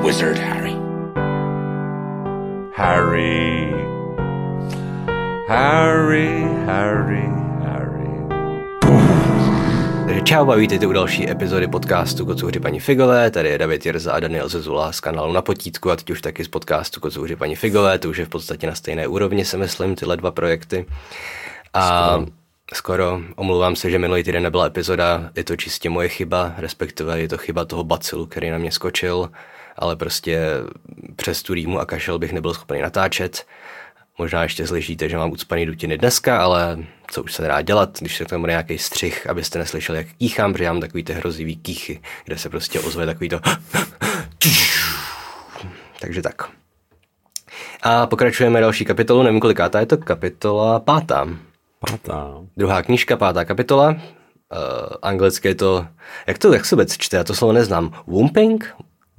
wizard, Harry. Harry. Harry, Harry, Harry. Takže čau, vítejte u další epizody podcastu Kocouři paní Figové, tady je David Jirza a Daniel Zezula z kanálu Na potítku a teď už taky z podcastu Kocouři paní Figové, to už je v podstatě na stejné úrovni, si myslím, tyhle dva projekty. A skoro, omlouvám se, že minulý týden nebyla epizoda, je to čistě moje chyba, respektive je to chyba toho bacilu, který na mě skočil, ale prostě přes tu rýmu a kašel bych nebyl schopný natáčet. Možná ještě slyšíte, že mám ucpaný dutiny dneska, ale co už se dá dělat, když se tam bude nějaký střih, abyste neslyšeli, jak kýchám, protože já mám takový ty hrozivý kýchy, kde se prostě ozve takový to... Takže tak. A pokračujeme další kapitolu, nevím kolikátá je to, kapitola 5. Druhá knížka, 5. kapitola. Anglicky je to... Jak se vůbec čte? Já to slovo neznám. Womping?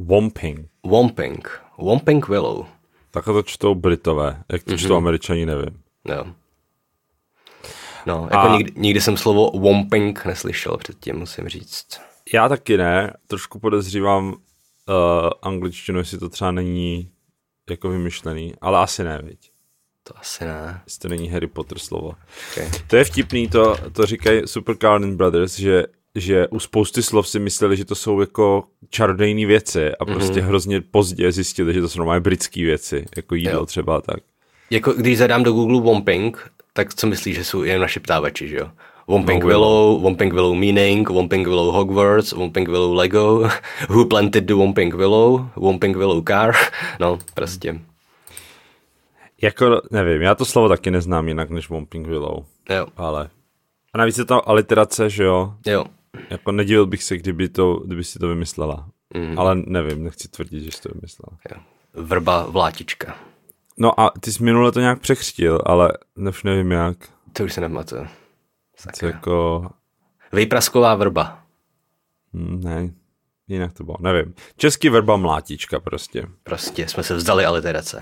Womping Willow. Takhle to čtou Britové, jak to čtou Američani, nevím. Jo. No, jako nikdy jsem slovo womping neslyšel předtím, musím říct. Já taky ne, trošku podezřívám angličtinu, jestli to třeba není jako vymyšlený, ale asi ne, viď? To asi ne. Jestli to není Harry Potter slovo. Okay. To je vtipný, to říkají Super Carlin Brothers, že u spousty slov si mysleli, že to jsou jako čarodejné věci a prostě hrozně pozdě zjistili, že to jsou normálně britské věci, jako jídlo třeba tak. Jako když zadám do Google womping, tak co myslíš, že jsou jen naši ptávači, že jo? Womping Willow meaning, Womping Willow Hogwarts, Womping Willow Lego, Who planted the Womping Willow car, no prostě. Jako, nevím, já to slovo taky neznám jinak než Womping Willow, jo. Ale... A navíc je to aliterace, že jo? Jo. Jako nedivil bych se, kdyby si to vymyslela. Ale nevím, nechci tvrdit, že jsi to vymyslela. Jo. Vrba vlátička. No a ty jsi minule to nějak překřtil, ale už nevím jak. To už se nepamatuju. To jako... Vejprasková vrba. Ne, jinak to bylo, nevím. Český vrba mlátička prostě. Prostě jsme se vzdali aliterace.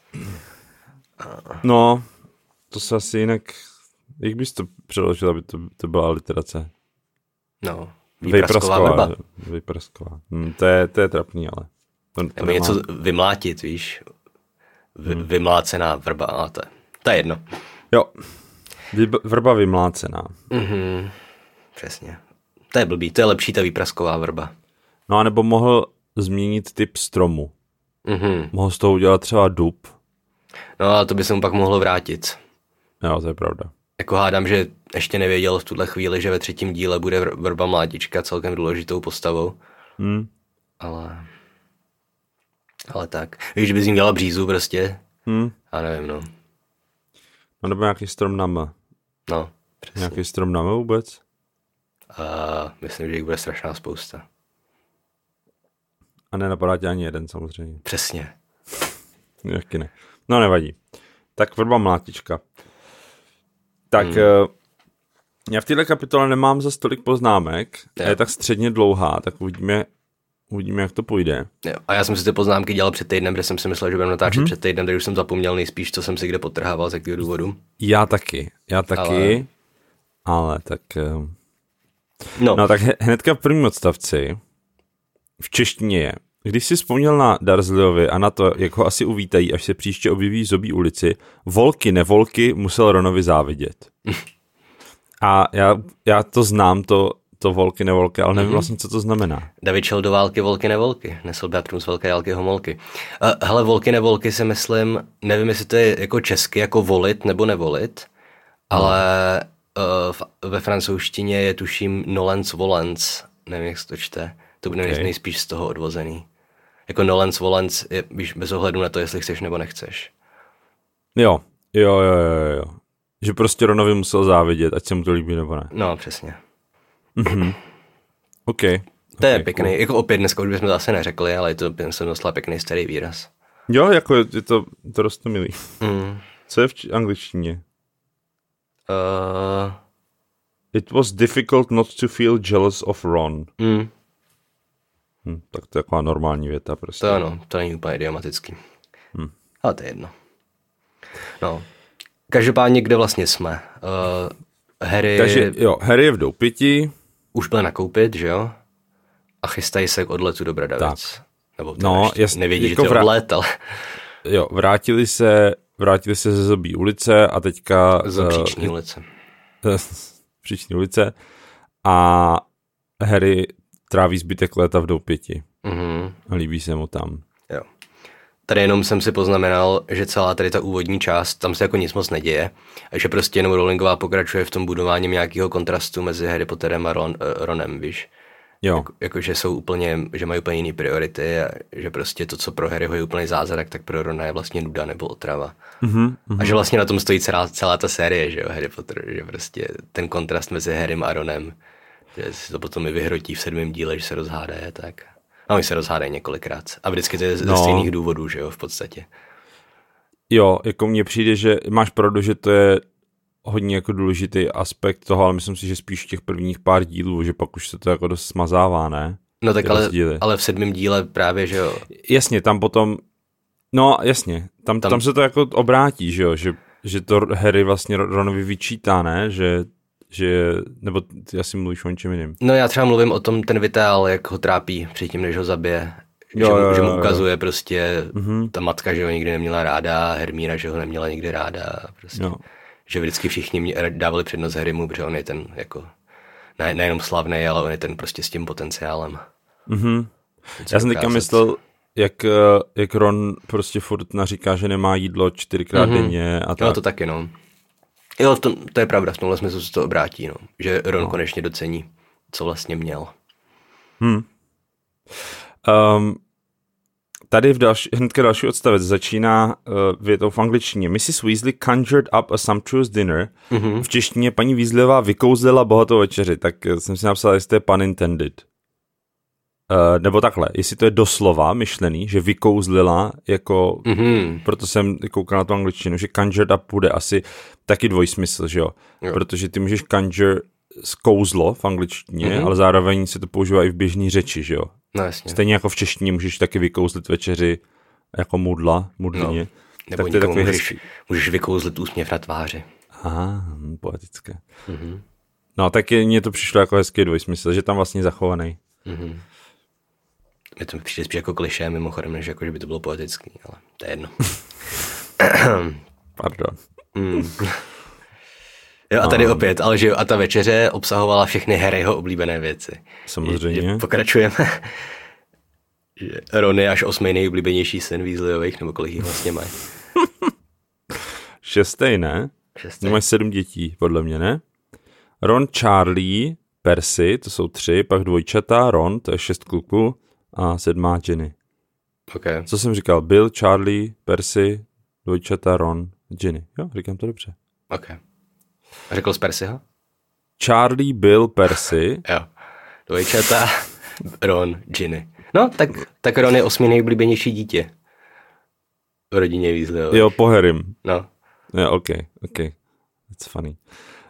No, to se asi jinak... Jak bys to přeložil, aby to byla aliterace? No, výprasková vrba. Výprasková. To je trapný, ale... Nebo něco vymlátit, víš? Vymlácená vrba, ale to je jedno. Jo, vrba vymlácená. Přesně. To je blbý, to je lepší ta výprasková vrba. No a nebo mohl změnit typ stromu. Mohl z toho udělat třeba dub. No ale to by se mu pak mohlo vrátit. Jo, to je pravda. Jako hádám, že ještě nevěděl v tuhle chvíli, že ve 3. díle bude vrba mlátička celkem důležitou postavou. Ale tak. Víš, že by z ní dělala břízu prostě. A nevím, no. No nebo nějaký strom na M. No, přesně. Nějaký strom na M vůbec? Myslím, že jich bude strašná spousta. A nenapadá tě ani jeden samozřejmě. Přesně. Jaký ne. No nevadí. Tak vrba mlátička. Tak já v této kapitole nemám za tolik poznámek. Je tak středně dlouhá, tak uvidíme, jak to půjde. Jo. A já jsem si ty poznámky dělal před týdnem, kde jsem si myslel, že budeme natáčet před týdnem, takže už jsem zapomněl nejspíš, co jsem si kde podtrhával, z jakého důvodu. Já taky, ale tak... No tak hnedka v prvním odstavci v češtině je: Když si vzpomněl na Dursleyovi a na to, jak ho asi uvítají, až se příště objeví v Zobí ulici, volky nevolky musel Ronovi závidět. A já to znám, to volky nevolky, ale nevím vlastně, co to znamená. David šel do války volky nevolky, nesl Beatrum z velké jálky homolky. Hele, volky nevolky si myslím, nevím, jestli to je jako česky, jako volit nebo nevolit, ale ve francouzštině je tuším nolens volens, nevím, jak se to čte, to bude nejspíš z toho odvozený. Jako nolens volens je, víš, bez ohledu na to, jestli chceš nebo nechceš. Jo. Že prostě Ronovi musel závidět, ať se mu to líbí nebo ne. No, přesně. OK. To je pěkný, jako opět dneska už bychom to asi neřekli, ale je to docela pěkný starý výraz. Jo, jako je to roztomilý. Co je v angličtině? It was difficult not to feel jealous of Ron. Tak to je taková normální věta prostě. To ano, to není úplně idiomatický. Ale to je jedno. No. Každopádně, kde vlastně jsme? Harry je v Doupěti. Už byl nakoupit, že jo? A chystají se k odletu do Bradavic. Nebo to nevědí, jako že to je oblet, ale... Jo, vrátili se ze Zobí ulice a teďka... Z Příční ulice. Příční ulice a Harry tráví zbytek léta v doupěti. A líbí se mu tam. Jo. Tady jenom jsem si poznamenal, že celá tady ta úvodní část, tam se jako nic moc neděje a že prostě jenom Rowlingová pokračuje v tom budování nějakého kontrastu mezi Harry Potterem a Ronem, víš? Jo. Jako, že jsou úplně, že mají úplně jiné priority a že prostě to, co pro Harryho je úplný zázrak, tak pro Rona je vlastně nuda nebo otrava. A že vlastně na tom stojí celá ta série, že jo, Harry Potter, že prostě ten kontrast mezi Harrym a Ronem, že si to potom i vyhrotí v 7. díle, že se rozhádají, tak... A oni se rozhádají několikrát. A vždycky to je ze stejných důvodů, že jo, v podstatě. Jo, jako mně přijde, že máš pravdu, že to je hodně jako důležitý aspekt toho, ale myslím si, že spíš těch prvních pár dílů, že pak už se to jako dost smazává, ne? No tak ale v 7. díle právě, že jo. Jasně, tam potom, no jasně, tam se to jako obrátí, že jo, že to Harry vlastně Ronovi vyčítá, ne? Že nebo ty asi mluvíš o něčem jiným. No já třeba mluvím o tom, ten Vital, jak ho trápí předtím, než ho zabije. Že mu ukazuje prostě ta matka, že ho nikdy neměla ráda, Hermína, že ho neměla nikdy ráda. Prostě. Jo. Že vždycky všichni dávali přednost Harrymu, protože on je ten jako nejenom slavný, ale on je ten prostě s tím potenciálem. Já jsem teďka myslel, jak Ron prostě furt naříká, že nemá jídlo 4krát denně. A tak. Jo, to taky, no. Jo, to je pravda, v tomhle smyslu se to obrátí, no. Že Ron konečně docení, co vlastně měl. Tady hnedka další odstavec začíná větou v angličtině. Mrs. Weasley conjured up a sumptuous dinner. V češtině paní Weasleyová vykouzlila bohatou večeři. Tak jsem si napsal, jestli to je pun intended. Nebo takhle, jestli to je doslova myšlený, že vykouzlila, jako, proto jsem koukal na tu angličtinu, že conjured up bude asi taky dvojsmysl, že jo? Protože ty můžeš conjure kouzlo v angličtině, ale zároveň se to používá i v běžné řeči, že jo? No, jasně. Stejně jako v češtině můžeš taky vykouzlit večeři jako mudlině. No. Nebo někomu můžeš vykouzlit úsměv na tváři. Aha, poetické. No, tak mně to přišlo jako hezký dvojsmysl, že tam vlastně zachovaný. Mě to přijde spíš jako klišé, mimochodem, než jako, že by to bylo poetický, ale to je jedno. Pardon. Jo, a tady opět, ale že jo, a ta večeře obsahovala všechny Harryho oblíbené věci. Samozřejmě. Pokračujeme. Že Ron je až 8. nejoblíbenější syn Weasleyových, nebo kolik jich vlastně mají. 6, ne? 6. Mají 7 dětí, podle mě, ne? Ron, Charlie, Percy, to jsou 3, pak dvojčata, Ron, to je 6 kluků a 7. Ginny. Okay. Co jsem říkal? Bill, Charlie, Percy, dvojčata, Ron, Ginny. Jo, říkám to dobře. Ok. A řekl jsi Percyho? Charlie, Bill, Percy. Jo. Dvojčata, Ron, Ginny. No, tak Ron je 8. nejoblíbenější dítě v rodině Weasleyových. Jo, po Harrym. No. Jo, ok. That's funny.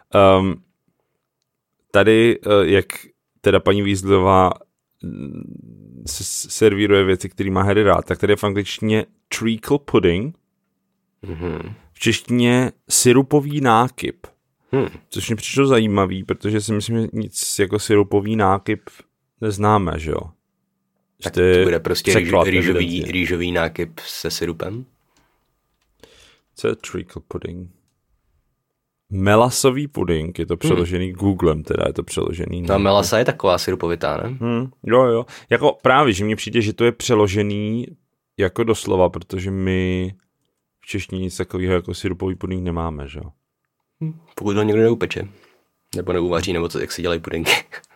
Tady, jak teda paní Weasleyová servíruje věci, které má Harry rád, tak tady je v angličtině treacle pudding, v češtině syrupový nákyp. Což mě přišlo zajímavý, protože si myslím, že nic jako syrupový nákyp neznáme, že jo? Tak to bude prostě rýžový nákyp se syrupem? Co je treacle pudding? Melasový puding, je to přeložený Googlem, teda je to přeložený. No melasa je taková syrupovitá, ne? Jo. Jako právě, že mně přijde, že to je přeložený jako doslova, protože my v češtině nic takového jako syrupový puding nemáme, že jo? Pokud to někdo neupeče. Nebo neuvaří, nebo co, jak si dělají pudinky.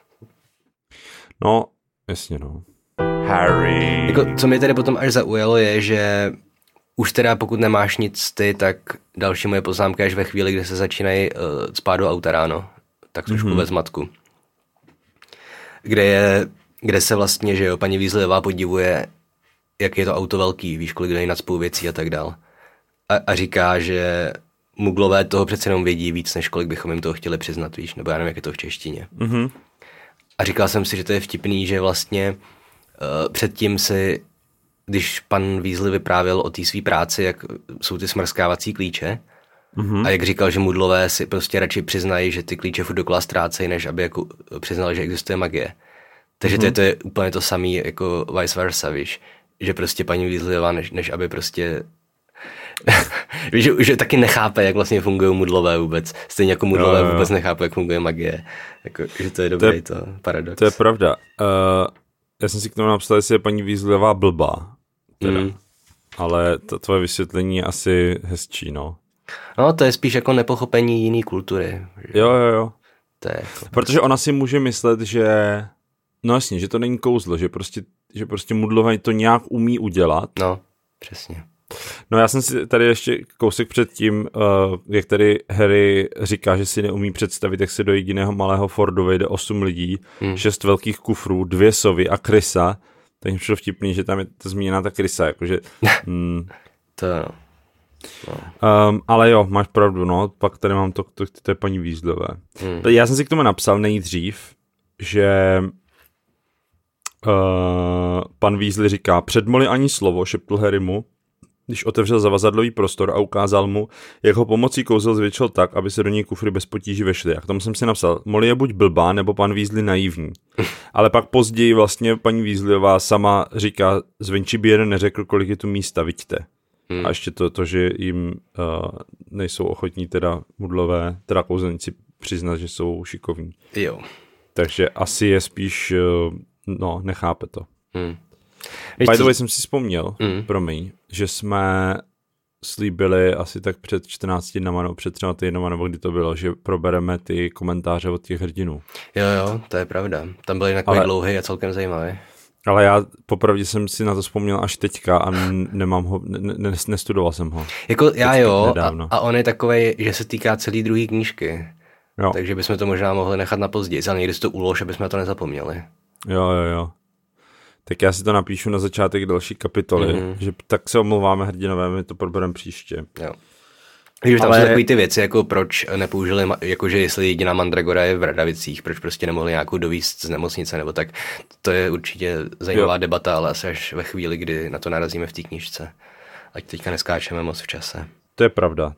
No, jasně, no. Harry. Jako, co mě tady potom až zaujalo je, že už teda pokud nemáš nic ty, tak další moje poznámka je, že ve chvíli, kdy se začínají spát do auta ráno, tak trošku ve zmatku. Kde se vlastně, že jo, paní Weasleyová podivuje, jak je to auto velký, víš, kolik dají nacpou věcí a tak dál. A říká, že muglové toho přece jenom vědí víc, než kolik bychom jim toho chtěli přiznat, víš, nebo já nevím, jak je to v češtině. A říkal jsem si, že to je vtipný, že vlastně předtím si, když pan Weasley vyprávěl o té své práci, jak jsou ty smrskávací klíče, a jak říkal, že mudlové si prostě radši přiznají, že ty klíče furt dokola ztrácejí, než aby jako přiznali, že existuje magie. Takže to je úplně to samé jako vice versa, víš. že prostě paní Weasleyová, než aby prostě že taky nechápe, jak vlastně fungují mudlové vůbec. Stejně jako mudlové vůbec nechápe, jak funguje magie. Jako, že to je dobrý to paradox. To je pravda. Já jsem si k tomu napsal, jestli je paní Weasleyová blbá. Ale to tvoje vysvětlení je asi hezčí, no. No, to je spíš jako nepochopení jiný kultury. Jo. To je jako protože ona si může myslet, že no jasně, že to není kouzlo, že prostě mudlové to nějak umí udělat. No, přesně. No já jsem si tady ještě kousek předtím, jak tady Harry říká, že si neumí představit, jak se do jediného malého Fordu vejde 8 lidí, 6 velkých kufrů, 2 sovy a krysa, tak mi přišlo vtipný, že tam je to zmíněná ta krysa, jakože... To no. Ale jo, máš pravdu, no, pak tady mám to je paní Weasleyové. Já jsem si k tomu napsal nejdřív, že pan Weasley říká, předmoli ani slovo, šeptl Harrymu, když otevřel zavazadlový prostor a ukázal mu, jak ho pomocí kouzel zvětšil tak, aby se do něj kufry bez potíží vešly. A k tomu jsem si napsal, Molly je buď blbá, nebo pan Weasley naivní. Ale pak později vlastně paní Weasleyová sama říká, zvenčí by jeden neřekl, kolik je tu místa, viďte. A ještě to, že jim nejsou ochotní teda mudlové, teda kouzelníci přiznat, že jsou šikovní. Jo. Takže asi je spíš, nechápe to. By the way, jsem si vzpomněl, promiň, že jsme slíbili asi tak před 14 dnama, nebo před 3 týdnama, nebo kdy to bylo, že probereme ty komentáře od těch hrdinů. Jo, to je pravda. Tam byly takový dlouhý a celkem zajímavý. Ale já popravdě jsem si na to vzpomněl až teďka a nemám ho, nestudoval jsem ho. Jako já jo, a on je takovej, že se týká celý druhý knížky. Jo. Takže bychom to možná mohli nechat na později, ale někdy si to ulož, aby jsme to nezapomněli. Jo. Tak já si to napíšu na začátek další kapitoly, že tak se omlouváme hrdinové, my to probereme příště. Jo. Takže tam jsou takový ty věci, jako proč nepoužili, jakože jestli jediná Mandragora je v Radavicích, proč prostě nemohli nějakou dovízt z nemocnice, nebo tak. To je určitě zajímavá debata, ale asi až ve chvíli, kdy na to narazíme v té knížce. Ať teďka neskáčeme moc v čase. To je pravda.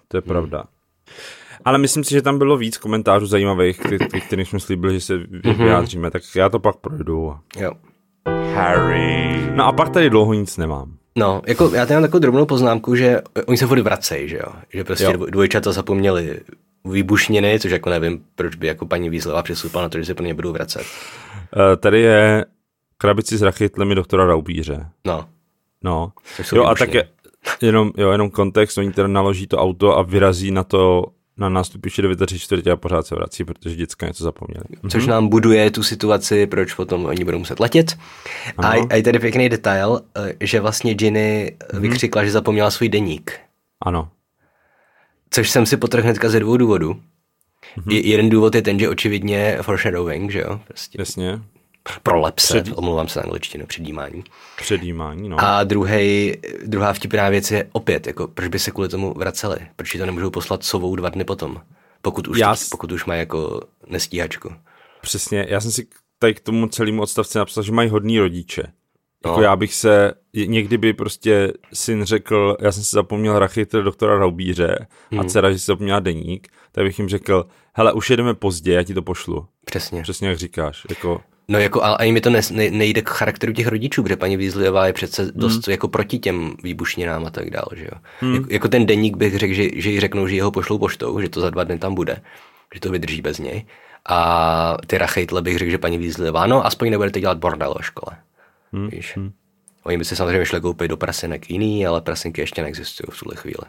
Ale myslím si, že tam bylo víc komentářů zajímavých, kterých jsme slíbili, že se vyjádříme, tak já to pak projdu. Jo. Harry. No a pak tady dlouho nic nemám. No, jako já tady mám takovou drobnou poznámku, že oni se furt vracejí, že jo? Že prostě dvojčata zapomněli výbušniny, což jako nevím, proč by jako paní Weasleyová přistoupila na to, že se pro ně budou vracet. Tady je krabici s rachejtlemi doktora Raubíře. No. Jo, a tak je jenom kontext, oni teda naloží to auto a vyrazí na nástupiště 9:45 a pořád se vrací, protože děcka něco zapomněli. Což nám buduje tu situaci, proč potom oni budou muset letět. A je tady pěkný detail, že vlastně Ginny vykřikla, že zapomněla svůj deník. Ano. Což jsem si potrhl hnedka ze 2 důvodů. Jeden důvod je ten, že očividně foreshadowing, že jo? Prostě. Jasně. Prolep se, omlouvám se na angličtinu, předjímání. Předjímání, no. A druhá vtipná věc je opět, jako proč by se kvůli tomu vraceli? Proč to nemůžou poslat sovou 2 dny potom? Pokud už mají jako nestíhačku. Přesně, já jsem si tady k tomu celému odstavci napsal, že mají hodný rodiče. Jako já bych někdy by prostě syn řekl, já jsem si zapomněl rachejtl doktora Raubíře a dcera, že si zapomněla deník, tak bych jim řekl, hele, už jedeme pozdě, já ti to pošlu. Přesně. Přesně jak říkáš, jako... No jako, ale ani mi to nejde k charakteru těch rodičů, protože paní Weasleyová je přece dost jako proti těm výbušninám a tak dále, že jo. Jako ten deník bych řekl, že jí řeknou, že jeho pošlou poštou, že to za 2 dny tam bude, že to vydrží bez něj. A ty rachejtle bych řekl, že paní Weasleyová, no aspoň nebudete dělat bordel ve škole. Víš? Oni by si samozřejmě šli koupit do prasinek jiný, ale prasinky ještě neexistují v tuhle chvíli.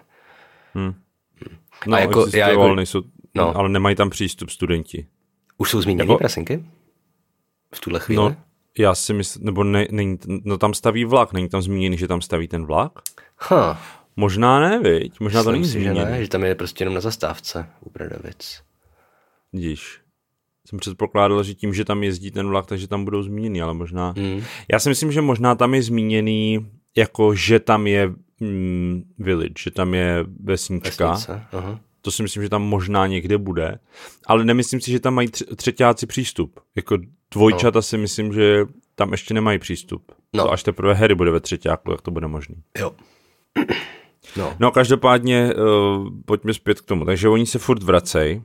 No, ale nemají tam přístup studenti. Už jsou zmíněny prasinky? V tuhle chvíli? No, já si myslím, nebo tam staví vlak, není tam zmíněný, že tam staví ten vlak? Možná ne, viď? Možná to není zmíněný. Že ne, že tam je prostě jenom na zastávce u Bradavic. Vidíš. Jsem předpokládal, že tím, že tam jezdí ten vlak, takže tam budou zmíněný, ale možná... Já si myslím, že možná tam je zmíněný, jako že tam je village, že tam je vesnička. To si myslím, že tam možná někde bude, ale nemyslím si, že tam mají třeťáci přístup. Jako dvojčata si myslím, že tam ještě nemají přístup. To až teprve Harry bude ve třeťáku, jak to bude možný. Jo. No každopádně pojďme zpět k tomu. Takže oni se furt vracejí.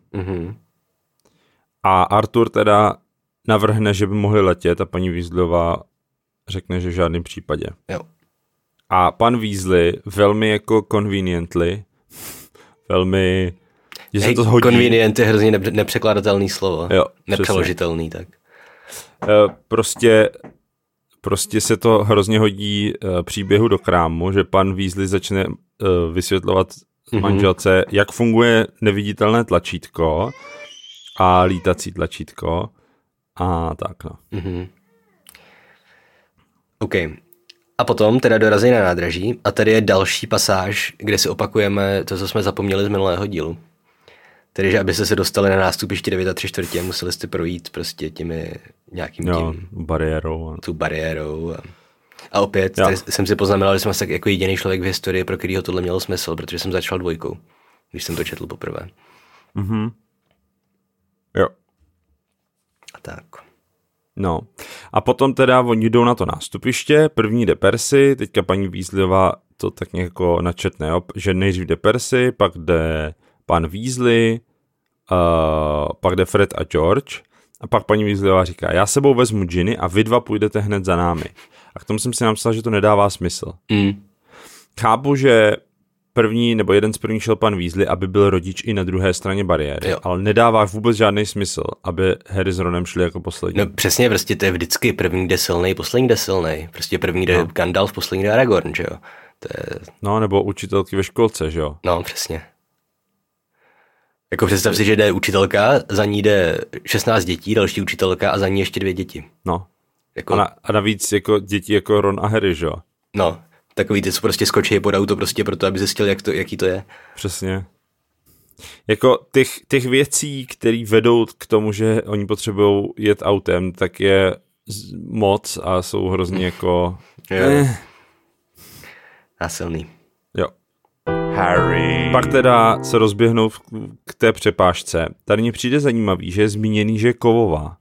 A Arthur teda navrhne, že by mohli letět a paní Weasleyová řekne, že v žádném případě. Jo. A pan Weasley velmi jako conveniently, velmi, že se to hodí. Convenient je hrozně nepřekladatelný slovo. Jo, nepřeložitelný, tak. Prostě se to hrozně hodí příběhu do krámu, že pan Weasley začne vysvětlovat manželce, jak funguje neviditelné tlačítko a lítací tlačítko a tak, no. OK. A potom teda dorazí na nádraží a tady je další pasáž, kde si opakujeme to, co jsme zapomněli z minulého dílu. Tedy, že abyste se dostali na nástupiště 9 3/4, museli jste projít prostě těmi nějakým bariérou. Tu bariérou. A opět tady jsem si poznamenal, že jsem asi jako jediný člověk v historii, pro kterýho tohle mělo smysl, protože jsem začal 2, když jsem to četl poprvé. Jo. A tak. No. A potom teda oni jdou na to nástupiště, první jde Percy, teďka paní Weasleyová to tak nějak načetne, jo? Že nejdřív jde Percy, pak jde pan Weasley, pak jde Fred a George a pak paní Weasleyová říká, já sebou vezmu Ginny a vy 2 půjdete hned za námi. A k tomu jsem si napsal, že to nedává smysl. Chápu, že první nebo jeden z prvních šel pan Weasley, aby byl rodič i na druhé straně bariéry, ale nedává vůbec žádný smysl, aby Harry s Ronem šli jako poslední. No přesně, prostě to je vždycky první jde silnej, poslední jde silnej. Prostě první jde Gandalf, poslední jde Aragorn, že jo. To je... No, nebo učitelky ve školce, že jo. No, přesně. Jako představ si, že jde učitelka, za ní jde 16 dětí, další učitelka a za ní ještě 2 děti. No. Jako... A navíc jako děti jako Ron a Harry, že jo? No, takový ty, co prostě skočí pod auto prostě proto, aby zjistil, jaký to je. Přesně. Jako těch věcí, které vedou k tomu, že oni potřebují jet autem, tak je moc a jsou hrozně jako... Násilný. Jo. Harry. Pak teda se rozběhnou k té přepážce. Tady mně přijde zajímavý, že je zmíněný, že je kovová.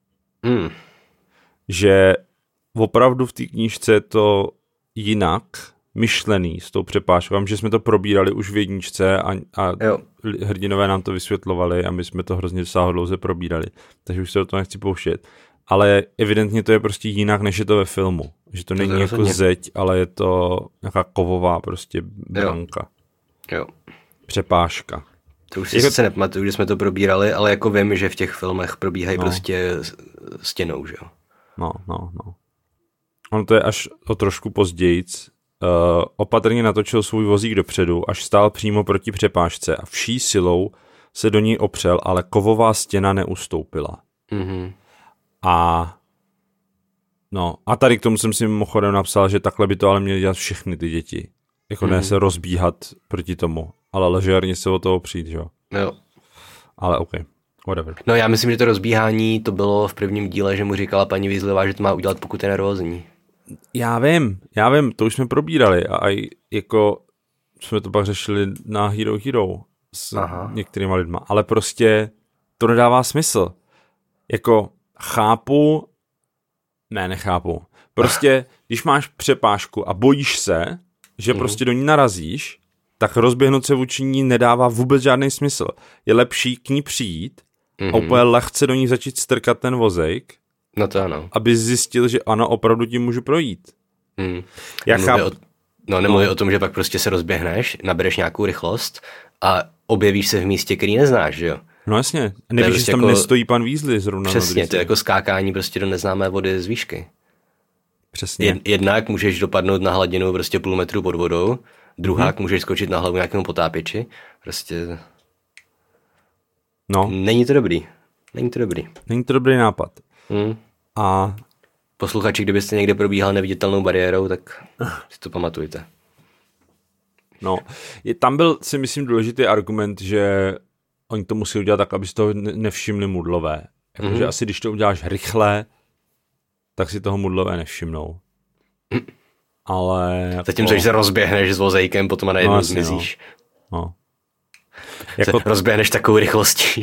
Že opravdu v té knížce je to jinak myšlený s tou přepážkou, že jsme to probírali už v 1 a hrdinové nám to vysvětlovali a my jsme to hrozně sáhodlouze probírali, takže už se do toho nechci pouštět. Ale evidentně to je prostě jinak, než je to ve filmu. Že to není jako zeď, ale je to nějaká kovová prostě branka. Jo. Přepážka. To už si sice nepamatuju, že jsme to probírali, ale jako vím, že v těch filmech probíhají prostě stěnou, že jo. No. On to je až o trošku pozdějíc. Opatrně natočil svůj vozík dopředu, až stál přímo proti přepážce a vší silou se do ní opřel, ale kovová stěna neustoupila. A tady k tomu jsem si mimochodem napsal, že takhle by to ale měly dělat všechny ty děti. Jako ne se rozbíhat proti tomu, ale ležérně se o toho přijít, že jo? Jo. Ale OK, whatever. No já myslím, že to rozbíhání to bylo v prvním díle, že mu říkala paní Weasleyová, že to má udělat, pokud je nervózní. Já vím, to už jsme probírali a jako jsme to pak řešili na Hero s některýma lidma, ale prostě to nedává smysl. Jako nechápu. Prostě, když máš přepážku a bojíš se, že prostě do ní narazíš, tak rozběhnout se vůči ní nedává vůbec žádný smysl. Je lepší k ní přijít a úplně lehce do ní začít strkat ten vozejk, no to ano. Aby zjistil, že ano, opravdu tím můžu projít. Nemluví o tom, že pak prostě se rozběhneš, nabereš nějakou rychlost a objevíš se v místě, který neznáš, že jo? No jasně, nevíš, že tam jako, nestojí pan Weasley zrovna. Přesně, to je jako skákání prostě do neznámé vody z výšky. Přesně. Jednak můžeš dopadnout na hladinu prostě půl metru pod vodou, druhák můžeš skočit na hlavu nějakému potápěči, prostě... No. Není to dobrý. Není to dobrý nápad. A... Posluchači, kdybyste někde probíhal neviditelnou bariérou, tak si to pamatujte. No, tam byl, si myslím, důležitý argument, že oni to musí udělat tak, aby si toho nevšimli mudlové. Jakože asi když to uděláš rychle, tak si toho mudlové nevšimnou. Ale... Zatímco, když se rozběhneš s vozejkem, potom a najednou zmizíš. No. Jako... rozběhneš takovou rychlostí,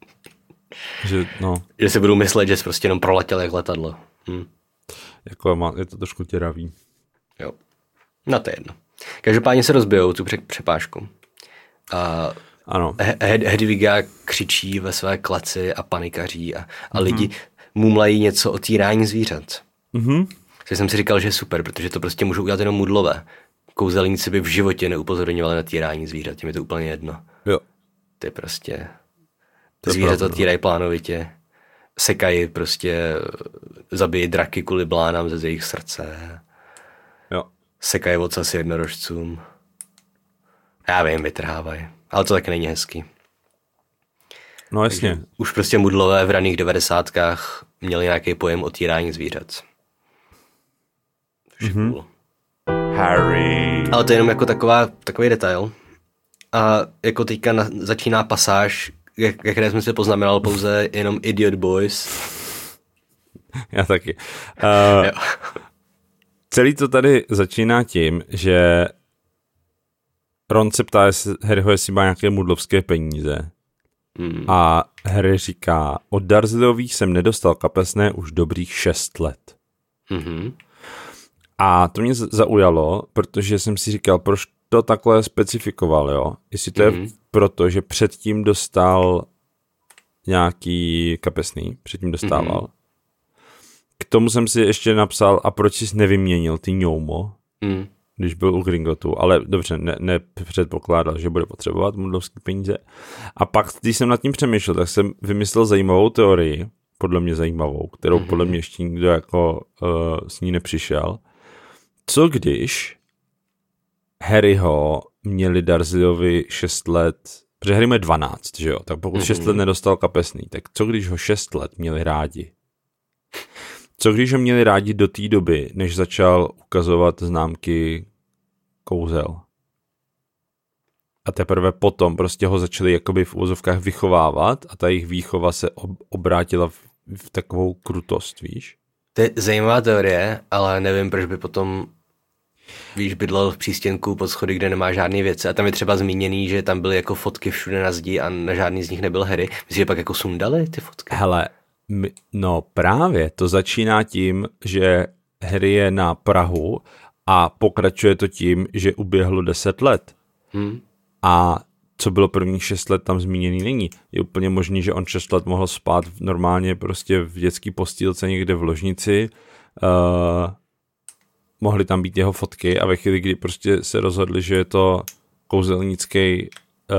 že si budou myslet, že jsi prostě jenom proletěl jak letadlo. Jako je to trošku těravý. Jo. No to je jedno. Každopádně se rozbijou tu přepážku. A ano. Hedviga křičí ve své kleci a panikaří a lidi mumlají něco o týrání zvířat. Což jsem si říkal, že je super, protože to prostě můžou udělat jenom mudlové. Kouzelníci by v životě neupozorňovali na týrání zvířat, těm je to úplně jedno. Jo. Ty prostě zvířata týrají plánovitě, sekají prostě, zabijí draky kvůli blánám ze jejich srdce. Jo. Sekají ocasy jednorožcům. Já vím, vytrhávají. Ale to taky není hezký. No jasně. Takže už prostě mudlové v raných 90kách měli nějaký pojem o týrání zvířat. Cool. Harry. Ale to je jenom jako takový detail. A jako teďka začíná pasáž, které jsme si poznamenal pouze jenom Idiot Boys. Já taky. Celý to tady začíná tím, že Ron se ptá Harryho, jestli má nějaké mudlovské peníze. A Harry říká, od Dursleyových jsem nedostal kapesné už dobrých 6 let. A to mě zaujalo, protože jsem si říkal, proč to takhle specifikoval, jo? Jestli to je proto, že předtím dostal nějaký kapesný, předtím dostával. K tomu jsem si ještě napsal, a proč jsi nevyměnil ty ňoumo, když byl u Gringotu, ale dobře, nepředpokládal, že bude potřebovat mudlovské peníze. A pak, když jsem nad tím přemýšlel, tak jsem vymyslel zajímavou teorii, podle mě zajímavou, kterou podle mě ještě nikdo jako s ní nepřišel. Co když Harryho měli Dursleyovi 6 let, protože Harry má 12, že jo, tak pokud 6 let nedostal kapesný, tak co když ho 6 let měli rádi? Co když ho měli rádi do té doby, než začal ukazovat známky kouzel? A teprve potom prostě ho začali jakoby v uvozovkách vychovávat a ta jejich výchova se obrátila v takovou krutost, víš? To je zajímavá teorie, ale nevím, proč by potom, víš, bydlel v přístěnku pod schody, kde nemá žádný věci. A tam je třeba zmíněný, že tam byly jako fotky všude na zdi a na žádný z nich nebyl Harry. Myslíš, že pak jako sundali ty fotky? Hele, no právě, to začíná tím, že Harry je na prahu a pokračuje to tím, že uběhlo 10 let. A co bylo prvních 6 let, tam zmíněný není. Je úplně možný, že on 6 let mohl spát normálně prostě v dětský postýlce někde v ložnici. Mohly tam být jeho fotky a ve chvíli, kdy prostě se rozhodli, že je to kouzelnický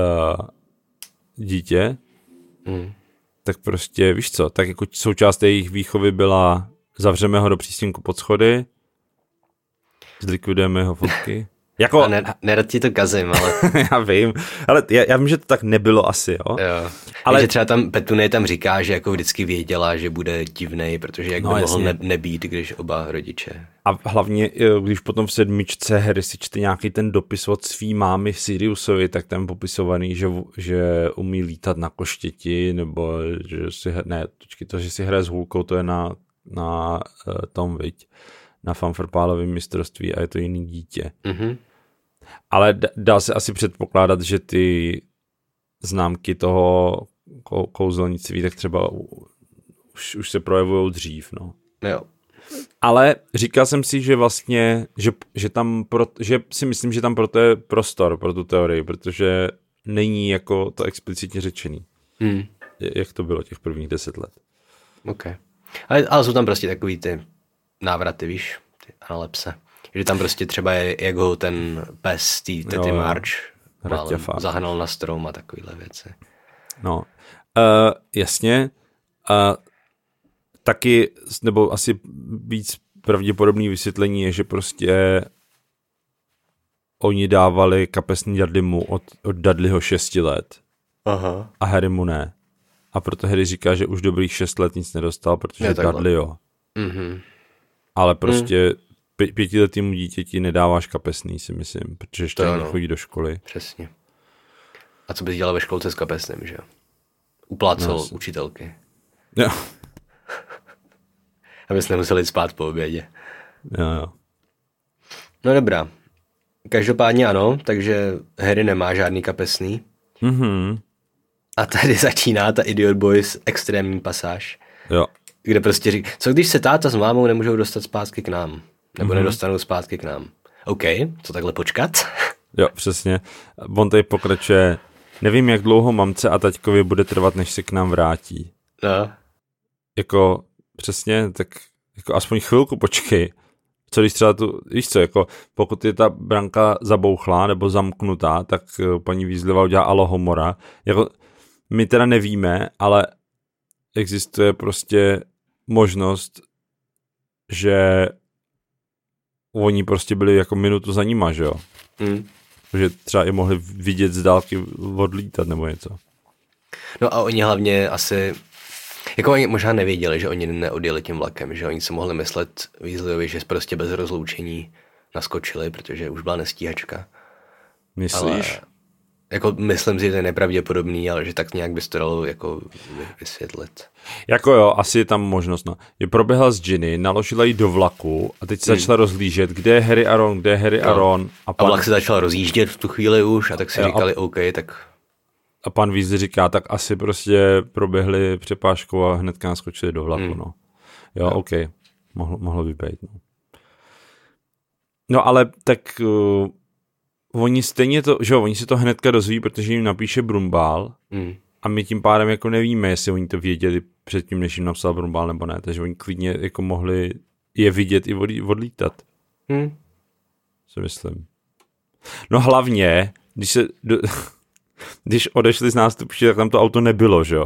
dítě, tak prostě, víš co, tak jako součást jejich výchovy byla zavřeme ho do přístěnku pod schody, zlikvidujeme jeho fotky. Jako, nerad ti to kazím, ale... Já vím, ale já vím, že to tak nebylo asi, jo. Ale že třeba tam Petunie tam říká, že jako vždycky věděla, že bude divnej, protože jak by mohl nebýt, když oba rodiče. A hlavně, když potom v 7. Harry si čte nějaký ten dopis od svý mámy Siriusovi, tak tam popisovaný, že umí lítat na koštěti, nebo že si, že si hraje s hůlkou, to je na tom, viď, na fanfarpálovém mistrovství a je to jiný dítě. Ale dá se asi předpokládat, že ty známky toho kouzelnictví tak třeba už se projevují dřív, no. Jo. Ale říkal jsem si, že vlastně, že si myslím, že tam proto je prostor pro tu teorii, protože není jako to explicitně řečený. Jak to bylo těch prvních 10 let. OK. Ale jsou tam prostě takový ty návraty, víš, ty analepse. Že tam prostě třeba je, jak ho ten pes, tety March zahnal na strom a takovýhle věci. No, jasně. Taky, nebo asi víc pravděpodobný vysvětlení je, že prostě oni dávali kapesný Dudleymu od Dudleyho 6 let. Aha. A Harry mu ne. A proto Harry říká, že už dobrých 6 let nic nedostal, protože Dudley jo. Ale prostě 5letýmu dítěti nedáváš kapesný, si myslím, protože ještě nechodí do školy. Přesně. A co bys dělal ve školce s kapesným, že jo? Uplácel učitelky. Jo. Abys nemuseli spát po obědě. Jo. No dobrá. Každopádně ano, takže Harry nemá žádný kapesný. A tady začíná ta Idiot Boys extrémní pasáž. Jo. Kde prostě říká, co když se táta s mámou nemůžou dostat zpátky k nám? Nebo nedostanou zpátky k nám? OK, co takhle počkat? Jo, přesně. On tady pokračuje, nevím, jak dlouho mamce a taťkovi bude trvat, než se k nám vrátí. No. Jako, přesně, tak jako aspoň chvilku počkej. Co když třeba víš co, jako pokud je ta branka zabouchlá nebo zamknutá, tak paní Weasleyová udělá Alohomora. Jako, my teda nevíme, ale existuje prostě možnost, že oni prostě byli jako minutu za nima, že jo? Že třeba i mohli vidět z dálky odlítat nebo něco. No a oni hlavně asi, jako oni možná nevěděli, že oni neodjeli tím vlakem, že oni se mohli myslet Weasleyovi, že prostě bez rozloučení naskočili, protože už byla nestíhačka. Myslíš? Ale, jako myslím si, že to je nepravděpodobný, ale že tak nějak by to dalo jako vysvětlit. Jako jo, asi je tam možnost, no. Je proběhla s Ginny, naložila jí do vlaku a teď se začala rozlížet, kde je Harry a Ron, kde je Harry a Ron. A vlak se začal rozjíždět v tu chvíli už a tak si říkali, OK, tak... A pan Weasley říká, tak asi prostě proběhli přepážkou a hnedka naskočili do vlaku, no. Jo, OK, mohlo by být, no. No ale tak oni stejně to, že jo, oni si to hnedka dozví, protože jim napíše Brumbál a my tím pádem jako nevíme, jestli oni to věděli předtím, než jim napsal Brumbál nebo ne, takže oni klidně jako mohli je vidět i odlítat. Si myslím. No hlavně, když odešli z nástupiště, tak tam to auto nebylo, že jo?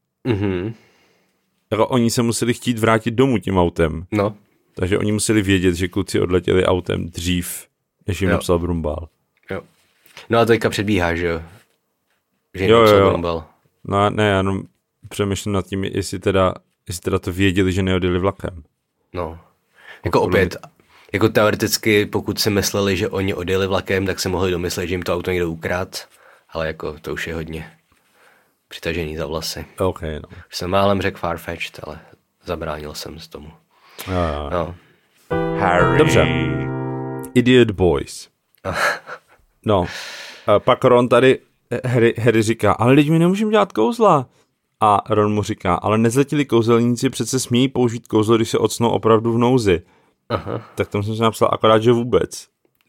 Jako oni se museli chtít vrátit domů tím autem. No. Takže oni museli vědět, že kluci odletěli autem dřív, než jim napsal Brumbál. Jo. No a teďka předbíhá, že jo? Že jim napsal Brumbál. No ne, já jenom přemýšlím nad tím, jestli teda to věděli, že neodjeli vlakem. No. Jako opět, jako teoreticky, pokud si mysleli, že oni odjeli vlakem, tak se mohli domyslet, že jim to auto někdo ukradl, ale jako to už je hodně přitažený za vlasy. OK, no. Už jsem málem řekl farfetched, ale zabránil jsem se tomu. No. Harry. Dobře. Idiot boys. No. A pak Ron tady, Harry říká, ale lidi, my nemůžeme dělat kouzla. A Ron mu říká, ale nezletilí kouzelníci přece smějí použít kouzlo, když se ocnou opravdu v nouzi. Aha. Tak tam jsem si napsal akorát, že vůbec.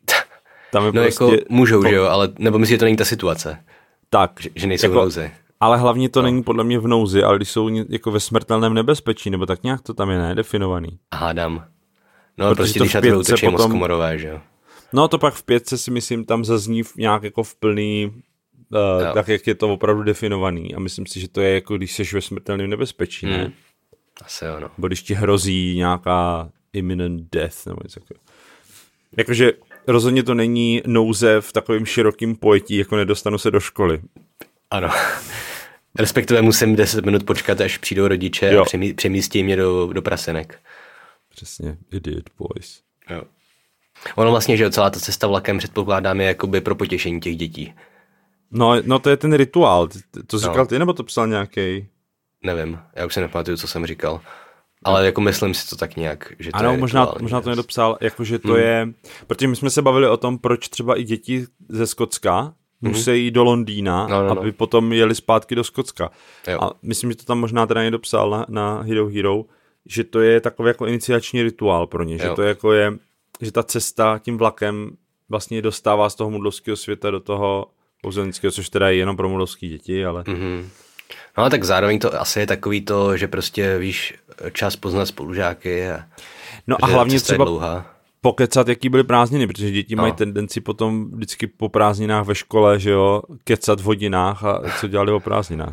Tam je no prostě, jako můžou, že jo, ale nebo myslíš, že to není ta situace. Tak. Že nejsou jako, v nouzi. Ale hlavně to není podle mě v nouzi, ale když jsou jako ve smrtelném nebezpečí, nebo tak nějak to tam je nedefinovaný. Hádám. No prostě když na to útočí mozkomorové, že jo. No to pak v 5 si myslím tam zazní nějak jako v plný, tak jak je to opravdu definovaný. A myslím si, že to je jako když jsi ve smrtelném nebezpečí, ne? Asi jo, no. Bo když ti hrozí nějaká imminent death, nebo něco takového. Jakože rozhodně to není nouze v takovém širokém pojetí, jako nedostanu se do školy. Ano. Respektive musím 10 minut počkat, až přijdou rodiče a přemístí mě do prasenek. Přesně, idiot boys. Jo. Ono vlastně, že celá ta cesta vlakem předpokládám je jakoby pro potěšení těch dětí. No to je ten rituál. To říkal ty, nebo to psal nějaký? Nevím, já už se nepamatuju, co jsem říkal. Ale jako myslím si to tak nějak, že to ano, je možná to nedopsal, jakože to je, protože my jsme se bavili o tom, proč třeba i děti ze Skotska musí jít do Londýna, aby potom jeli zpátky do Skotska. Jo. A myslím, že to tam možná teda někdo psal na Hero Hero, že to je takový jako iniciační rituál pro ně, že to jako je, že ta cesta tím vlakem vlastně dostává z toho mudlovského světa do toho kouzelnického, což teda je jenom pro mudlovský děti, ale... No tak zároveň to asi je takový to, že prostě víš, čas poznat spolužáky a hlavně třeba pokecat, jaký byly prázdniny, protože děti mají tendenci potom vždycky po prázdninách ve škole, že jo, kecat v hodinách a co dělali o prázdninách.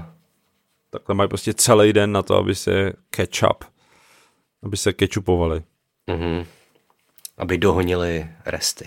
Tak tam mají prostě celý den na to, aby se kečupovali. Aby dohonili resty.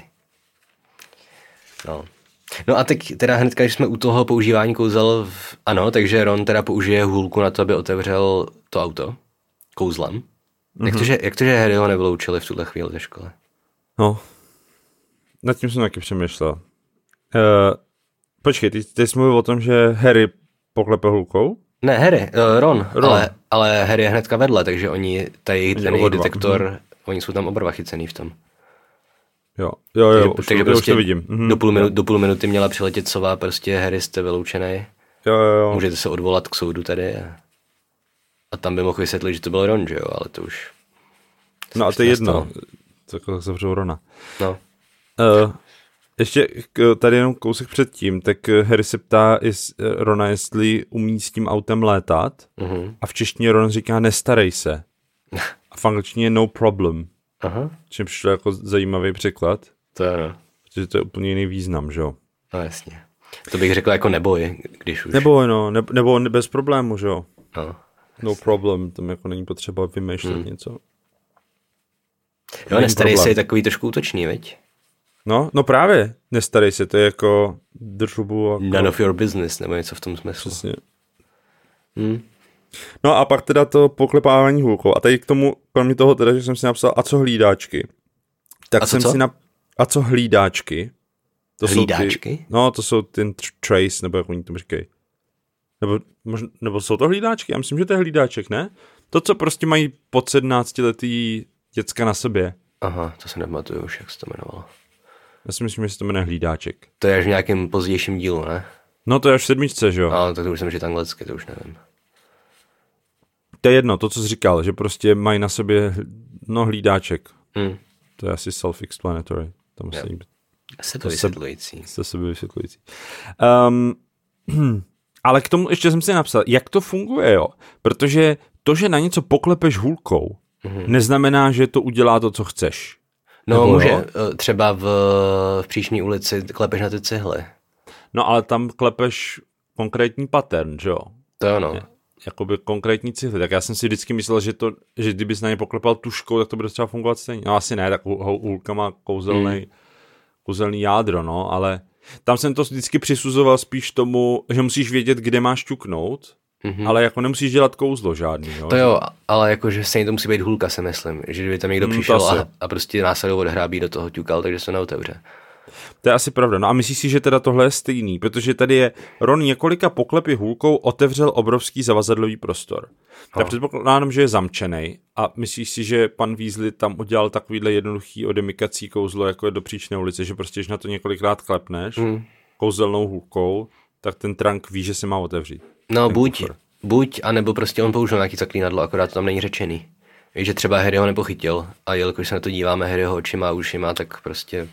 No a teď teda hnedka, když jsme u toho používání kouzel, ano, takže Ron teda použije hůlku na to, aby otevřel to auto kouzlem. Jak to, že Harry ho nevyloučili v tuhle chvíli ze školy? No, nad tím jsem taky přemýšlel. Počkej, ty jsi mluvil o tom, že Harry poklepe hůlkou? Ne, Harry, Ron. Ale Harry je hnedka vedle, takže oni, ten jejich detektor, oni jsou tam oba dva chycený v tom. Jo, takže prostě už to vidím. Do půl minuty měla přiletět sova, prostě Harry jste vyloučený. Jo. Můžete se odvolat k soudu tady a tam by mohl vysvětlit, že to byl Ron, že jo, ale to už... No a to je jedno, tak zavřou Rona. No. Ještě tady jenom kousek předtím, tak Harry se ptá Rona, jestli umí s tím autem létat a v češtině Ron říká nestarej se. A v angličtině no problem. Aha. Čím přišlo jako zajímavý překlad. To je no. Protože to je úplně jiný význam, že jo? No jasně. To bych řekl jako neboj, když už. Neboj, no. Nebo bez problému, že jo? No. No problem, tam jako není potřeba vymýšlet něco. Jo, nestarej se je takový trošku útočný, viď? No právě, nestarej se, to je jako držubu. Jako... None of your business, nebo něco v tom smyslu. Přesně. No a pak teda to poklepávání hůlkou. A tady k tomu, kromě toho teda, že jsem si napsal, a co hlídáčky? Tak jsem si a co hlídáčky? To hlídáčky? To jsou ten trace, nebo jak oni tomu říkají. Nebo jsou to hlídáčky? Já myslím, že to je hlídáček, ne? To, co prostě mají pod 17letý děcka na sobě. Aha, to se nepamatuju už, jak se to jmenovalo. Já si myslím, že se to jmenuje hlídáček. To je až v nějakém pozdějším dílu, ne? No to je až v 7, že jo? A tak to už jsem říct anglicky, to už nevím. To je jedno, to, co jsi říkal, že prostě mají na sobě hlídáček. To je asi self-explanatory. To musí být. Se to vysvětlující. Se sebe vysvětlující. Ale k tomu ještě jsem si napsal, jak to funguje, jo? Protože to, že na něco poklepeš hůlkou, neznamená, že to udělá to, co chceš. No nebo může, jo? Třeba v Příšní ulici klepeš na ty cihly. No ale tam klepeš konkrétní pattern, že jo? To je ono. Jakoby konkrétní cihly. Tak já jsem si vždycky myslel, že kdybys na ně poklepal tuškou, tak to bude třeba fungovat stejně. No asi ne, tak hůlka má kouzelný jádro, no, ale tam jsem to vždycky přisuzoval spíš tomu, že musíš vědět, kde máš ťuknout, ale jako nemusíš dělat kouzlo žádný. Jo? To jo, ale jakože stejně to musí být hůlka, si myslím. Že kdyby tam někdo přišel a prostě následou odhrábí do toho ťukal, takže se neotevře. To je asi pravda. No a myslíš si, že teda tohle je stejný? Protože tady je Ron několika poklepy hůlkou otevřel obrovský zavazadlový prostor. Tak předpokládám, že je zamčenej a myslíš si, že pan Weasley tam udělal takovýhle jednoduchý odemykací kouzlo, jako je do Příčné ulice, že prostě, když na to několikrát klepneš kouzelnou hůlkou, tak ten trunk ví, že se má otevřít. No buď, anebo prostě on použil nějaký zaklínadlo, akorát to tam není řečený. Víš, že třeba Harry ho nepochytil a jelikož se na to díváme Harryho očima a ušima, tak prostě...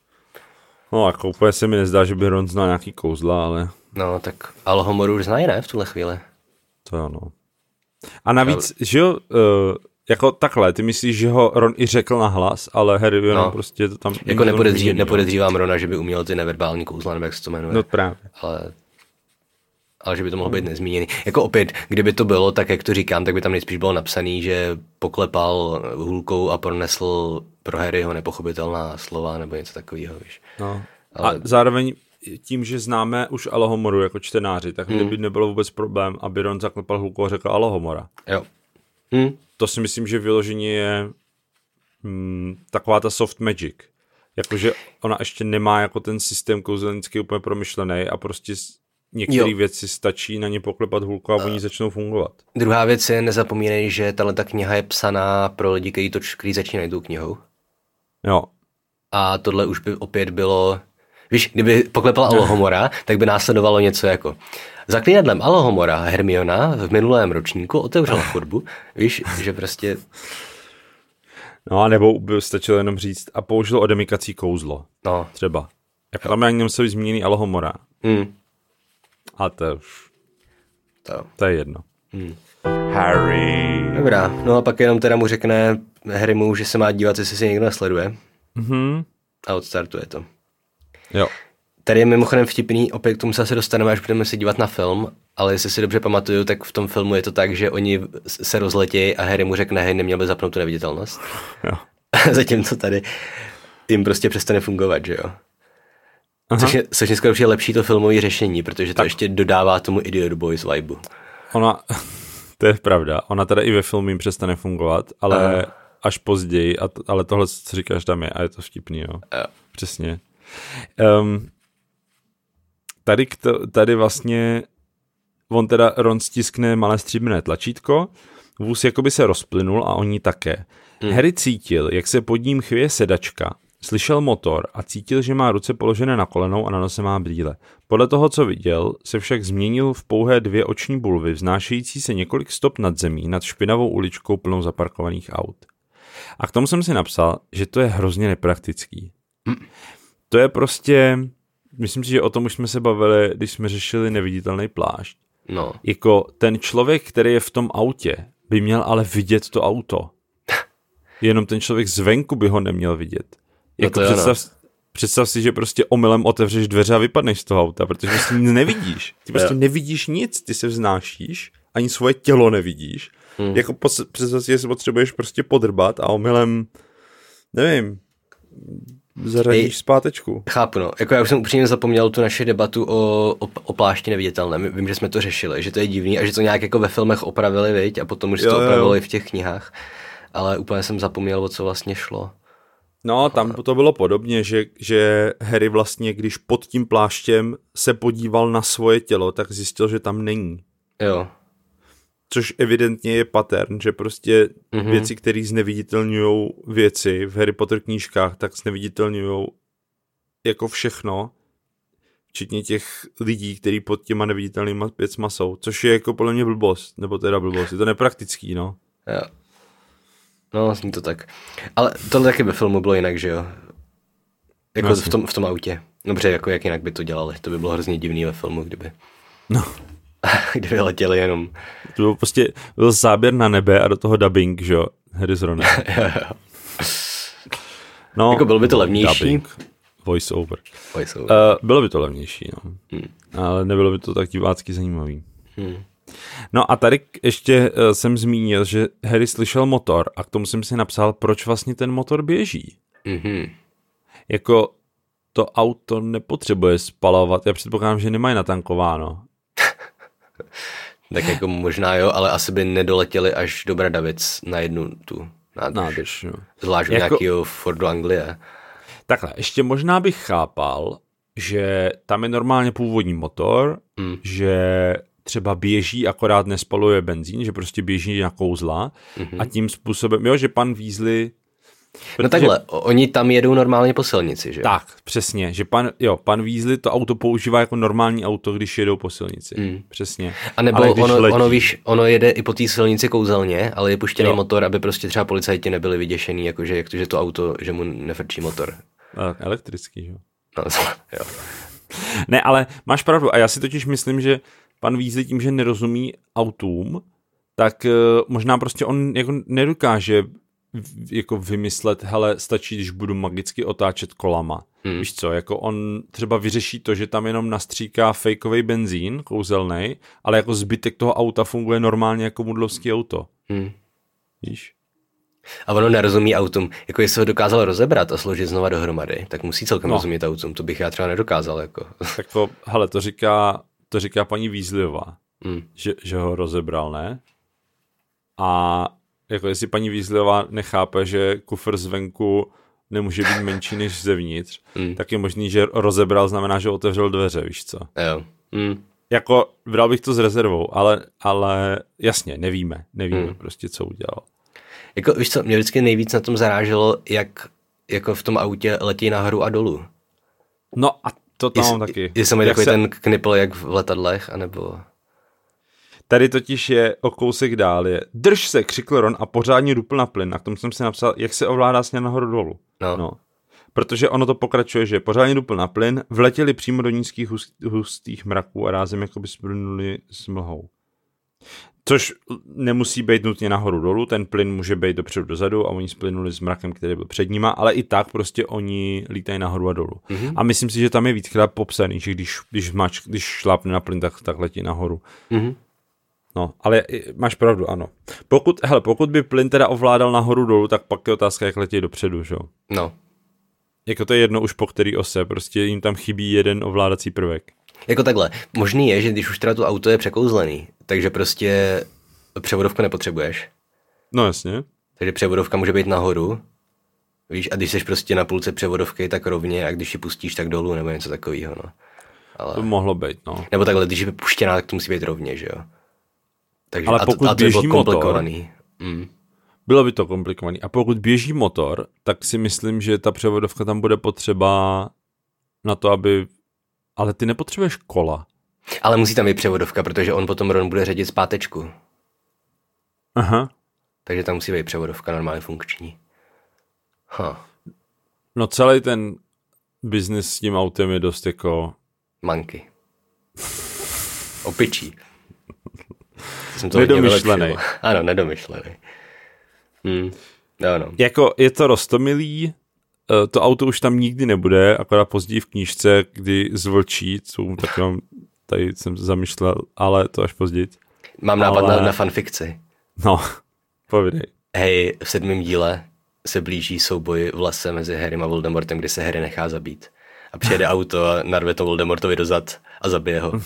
No jako úplně se mi nezdá, že by Ron znal nějaký kouzla, ale... No tak Alohomoru už znají, ne, v tuhle chvíli. To ano. A navíc, že jo, jako takhle, ty myslíš, že ho Ron i řekl na hlas, ale Harry jenom prostě to tam... Jako nepodezřívám Rona, že by uměl ty neverbální kouzla, nebo jak se to jmenuje. No právě. Ale že by to mohlo být nezmíněný. Jako opět, kdyby to bylo tak, jak to říkám, tak by tam nejspíš bylo napsaný, že poklepal hůlkou a pronesl pro Harryho nepochopitelná slova nebo něco takového, víš. No. A zároveň tím, že známe už Alohomoru jako čtenáři, tak by nebylo vůbec problém, aby Ron zaklepal hůlkou a řekl Alohomora. Jo. To si myslím, že vyloženě je taková ta soft magic. Jakože ona ještě nemá jako ten systém kouzelnický úplně promyšlený a prostě některé věci stačí na ně poklepat hůlku a oni začnou fungovat. Druhá věc je, nezapomínej, že tato kniha je psaná pro lidi, kteří začínají tou knihou. Jo. A tohle už by opět bylo... Víš, kdyby poklepala Alohomora, tak by následovalo něco jako... Zaklínadlem Alohomora Hermiona v minulém ročníku otevřela chodbu. Víš, že prostě... No a nebo by stačilo jenom říct a použil odemykací kouzlo. No. Třeba. Jako tam ani nemusel být zmíněný Alohomora. A to už... To je jedno. Harry. Dobrá, no a pak jenom teda mu řekne Harrymu, že se má dívat, jestli se někdo nesleduje. A odstartuje to. Jo. Tady je mimochodem vtipný, opět k tomu se dostaneme, až budeme se dívat na film, ale jestli si dobře pamatuju, tak v tom filmu je to tak, že oni se rozletějí a Harry mu řekne, hej, neměl by zapnout tu neviditelnost. Jo. Zatímco tady jim prostě přestane fungovat, že jo. Což je skoro lepší to filmové řešení, protože to ještě dodává tomu Idiot Boys vibe. To je pravda, ona teda i ve filmu jim přestane fungovat, ale až později, ale tohle, co říkáš, tam je a je to vtipný, jo. Přesně. Tady vlastně on teda Ron stiskne malé stříbrné tlačítko, vůz jakoby se rozplynul a oni také. Harry cítil, jak se pod ním chvěje sedačka, slyšel motor a cítil, že má ruce položené na kolenou a na nose má brýle. Podle toho, co viděl, se však změnil v pouhé 2 oční bulvy, vznášející se několik stop nad zemí, nad špinavou uličkou plnou zaparkovaných aut. A k tomu jsem si napsal, že to je hrozně nepraktický. To je prostě, myslím si, že o tom už jsme se bavili, když jsme řešili Neviditelný plášť. No. Jako ten člověk, který je v tom autě, by měl ale vidět to auto. Jenom ten člověk zvenku by ho neměl vidět. Jako představ si, že prostě omylem otevřeš dveře a vypadneš z toho auta, protože prostě nic nevidíš. Ty prostě nevidíš nic, ty se vznášíš, ani svoje tělo nevidíš. Jako představ si, že se potřebuješ prostě podrbat a omylem, nevím, zařadíš zpátečku. Chápu, no. Jako já už jsem upřímně zapomněl tu naši debatu o plášti neviditelném. Vím, že jsme to řešili, že to je divný a že to nějak jako ve filmech opravili, viď? A potom už to opravili v těch knihách. Ale úplně jsem zapomněl, o co vlastně šlo. No, tam to bylo podobně, že Harry vlastně, když pod tím pláštěm se podíval na svoje tělo, tak zjistil, že tam není. Jo. Což evidentně je pattern, že prostě věci, které zneviditelňujou věci v Harry Potter knížkách, tak zneviditelňujou jako všechno, včetně těch lidí, kteří pod těma neviditelnýma věcma jsou, což je jako podle mě blbost, nebo teda blbost, je to nepraktický, no. Jo. No, zní to tak. Ale tohle taky ve filmu bylo jinak, že jo? Jako v tom autě. Dobře, jako jak jinak by to dělali. To by bylo hrozně divný ve filmu, kdyby. No. Kdyby letěli jenom. To byl záběr na nebe a do toho dubbing, že jo? Harry s Ronem. No, jako bylo by to levnější. Dubbing. Voice over. Bylo by to levnější, no. Ale nebylo by to tak divácky zajímavý. No a tady ještě jsem zmínil, že Harry slyšel motor a k tomu jsem si napsal, proč vlastně ten motor běží. Jako to auto nepotřebuje spalovat, já předpokládám, že nemají natankováno. Tak jako možná jo, ale asi by nedoletěli až do Bradavic na jednu tu nádrž. No. Zvlášť jako, nějakého Fordu Anglie. Takhle, ještě možná bych chápal, že tam je normálně původní motor, že třeba běží, akorát nespaluje benzín, že prostě běží na kouzla a tím způsobem, jo, že pan Weasley... No takhle, oni tam jedou normálně po silnici, že jo? Tak, přesně, že pan Weasley to auto používá jako normální auto, když jedou po silnici, přesně. A nebo ono jede i po té silnici kouzelně, ale je puštěný motor, aby prostě třeba policajti nebyli vyděšený, jakože že to auto, že mu nefrčí motor. Elektrický, jo? No, jo. Ne, ale máš pravdu a já si totiž myslím, že pan Weasley tím, že nerozumí autům, tak možná prostě on jako nedokáže jako vymyslet, hele, stačí, když budu magicky otáčet kolama. Víš co, jako on třeba vyřeší to, že tam jenom nastříká fejkovej benzín, kouzelnej, ale jako zbytek toho auta funguje normálně jako mudlovský auto. Víš? A ono nerozumí autům. Jako jestli ho dokázal rozebrat a složit znova dohromady, tak musí celkem rozumět autům. To bych já třeba nedokázal. Jako. Jako, hele, to říká paní Weasleyová, že ho rozebral, ne? A jako jestli paní Weasleyová nechápe, že kufr zvenku nemůže být menší než zevnitř, tak je možný, že rozebral znamená, že otevřel dveře, víš co? Jo. Jako bral bych to s rezervou, ale jasně, nevíme prostě, co udělal. Jako víš co, mě vždycky nejvíc na tom zaráželo, jak jako v tom autě letí nahoru a dolů. No a to tam mám taky. Jestli mají takový ten knipl jak v letadlech, anebo... Tady totiž je o kousek dál je drž se, křikl Ron a pořádně dupl na plyn. A k tomu jsem si napsal, jak se ovládá směr nahoru dolů. No. Protože ono to pokračuje, že pořádně dupl na plyn, vletěli přímo do nízkých hustých mraků a rázem jakoby splnuli s mlhou. Což nemusí být nutně nahoru dolů, ten plyn může být dopředu dozadu a oni splynuli s mrakem, který byl před nima, ale i tak prostě oni lítají nahoru a dolů. A myslím si, že tam je víckrát popsaný, že když šlápne na plyn, tak letí nahoru. No, ale máš pravdu, ano. Pokud by plyn teda ovládal nahoru dolů, tak pak je otázka, jak letí dopředu, že jo? No. Jako to je jedno už po který ose, prostě jim tam chybí jeden ovládací prvek. Jako takhle, možný je, že když už teda to auto je překouzlený, takže prostě převodovku nepotřebuješ. No jasně. Takže převodovka může být nahoru, víš, a když jsi prostě na půlce převodovky, tak rovně, a když ji pustíš, tak dolů, nebo něco takového, no. Ale... To mohlo být, no. Nebo takhle, když je puštěná, tak to musí být rovně, že jo. Takže, ale pokud běží motor, bylo by to komplikovaný. A pokud běží motor, tak si myslím, že ta převodovka tam bude potřeba na to, aby... Ale ty nepotřebuješ kola. Ale musí tam být převodovka, protože on potom Ron bude řadit zpátečku. Aha. Takže tam musí být převodovka normálně funkční. No celý ten biznis s tím autem je dost jako... Manky. Opičí. Nedomyšlený. Ano, nedomyšlený. No. Jako je to roztomilý, to auto už tam nikdy nebude, akorát později v knížce, kdy zvlčí, co tak tady jsem zamýšlel, ale to až později. Mám nápad na fanfikci. No, povídej. Hej, v 7. díle se blíží souboj v lese mezi Harrym a Voldemortem, kdy se Harry nechá zabít. A přijede auto a narve to Voldemortovi do zad a zabije ho.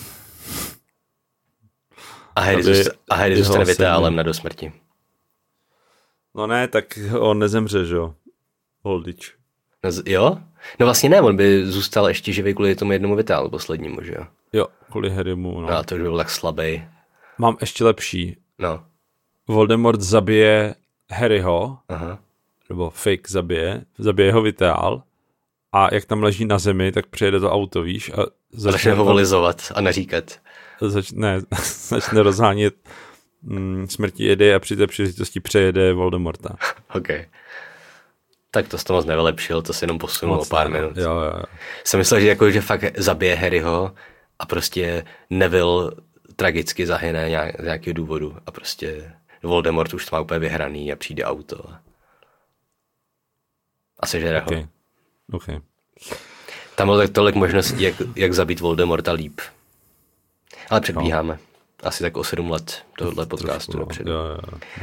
A Harry zůstane vytálem na dosmrti. No ne, tak on nezemře, že jo? Holdič. No, jo? No vlastně ne, on by zůstal ještě živý kvůli tomu jednomu vitálu poslednímu, že jo? Jo, kvůli Harrymu, no. No, to už byl tak slabý. Mám ještě lepší. No. Voldemort zabije Harryho, nebo fake zabije ho vitál a jak tam leží na zemi, tak přijede to auto, víš, a začne ho volizovat a naříkat. Začne rozhánět smrti jedy a při té příležitosti přejede Voldemorta. OK. Tak to moc nevylepšil, to se jenom posunul o pár minut. Jo. Jsem myslel, že fakt zabije Harryho a prostě Neville tragicky zahyne z nějakého důvodu a prostě Voldemort už to má úplně vyhraný a přijde auto. A sežere ho. Okay. Tam bylo tak tolik možností, jak zabít Voldemorta líp. Ale předbíháme. Asi tak o 7 let tohohle podcastu dopředu. Jo.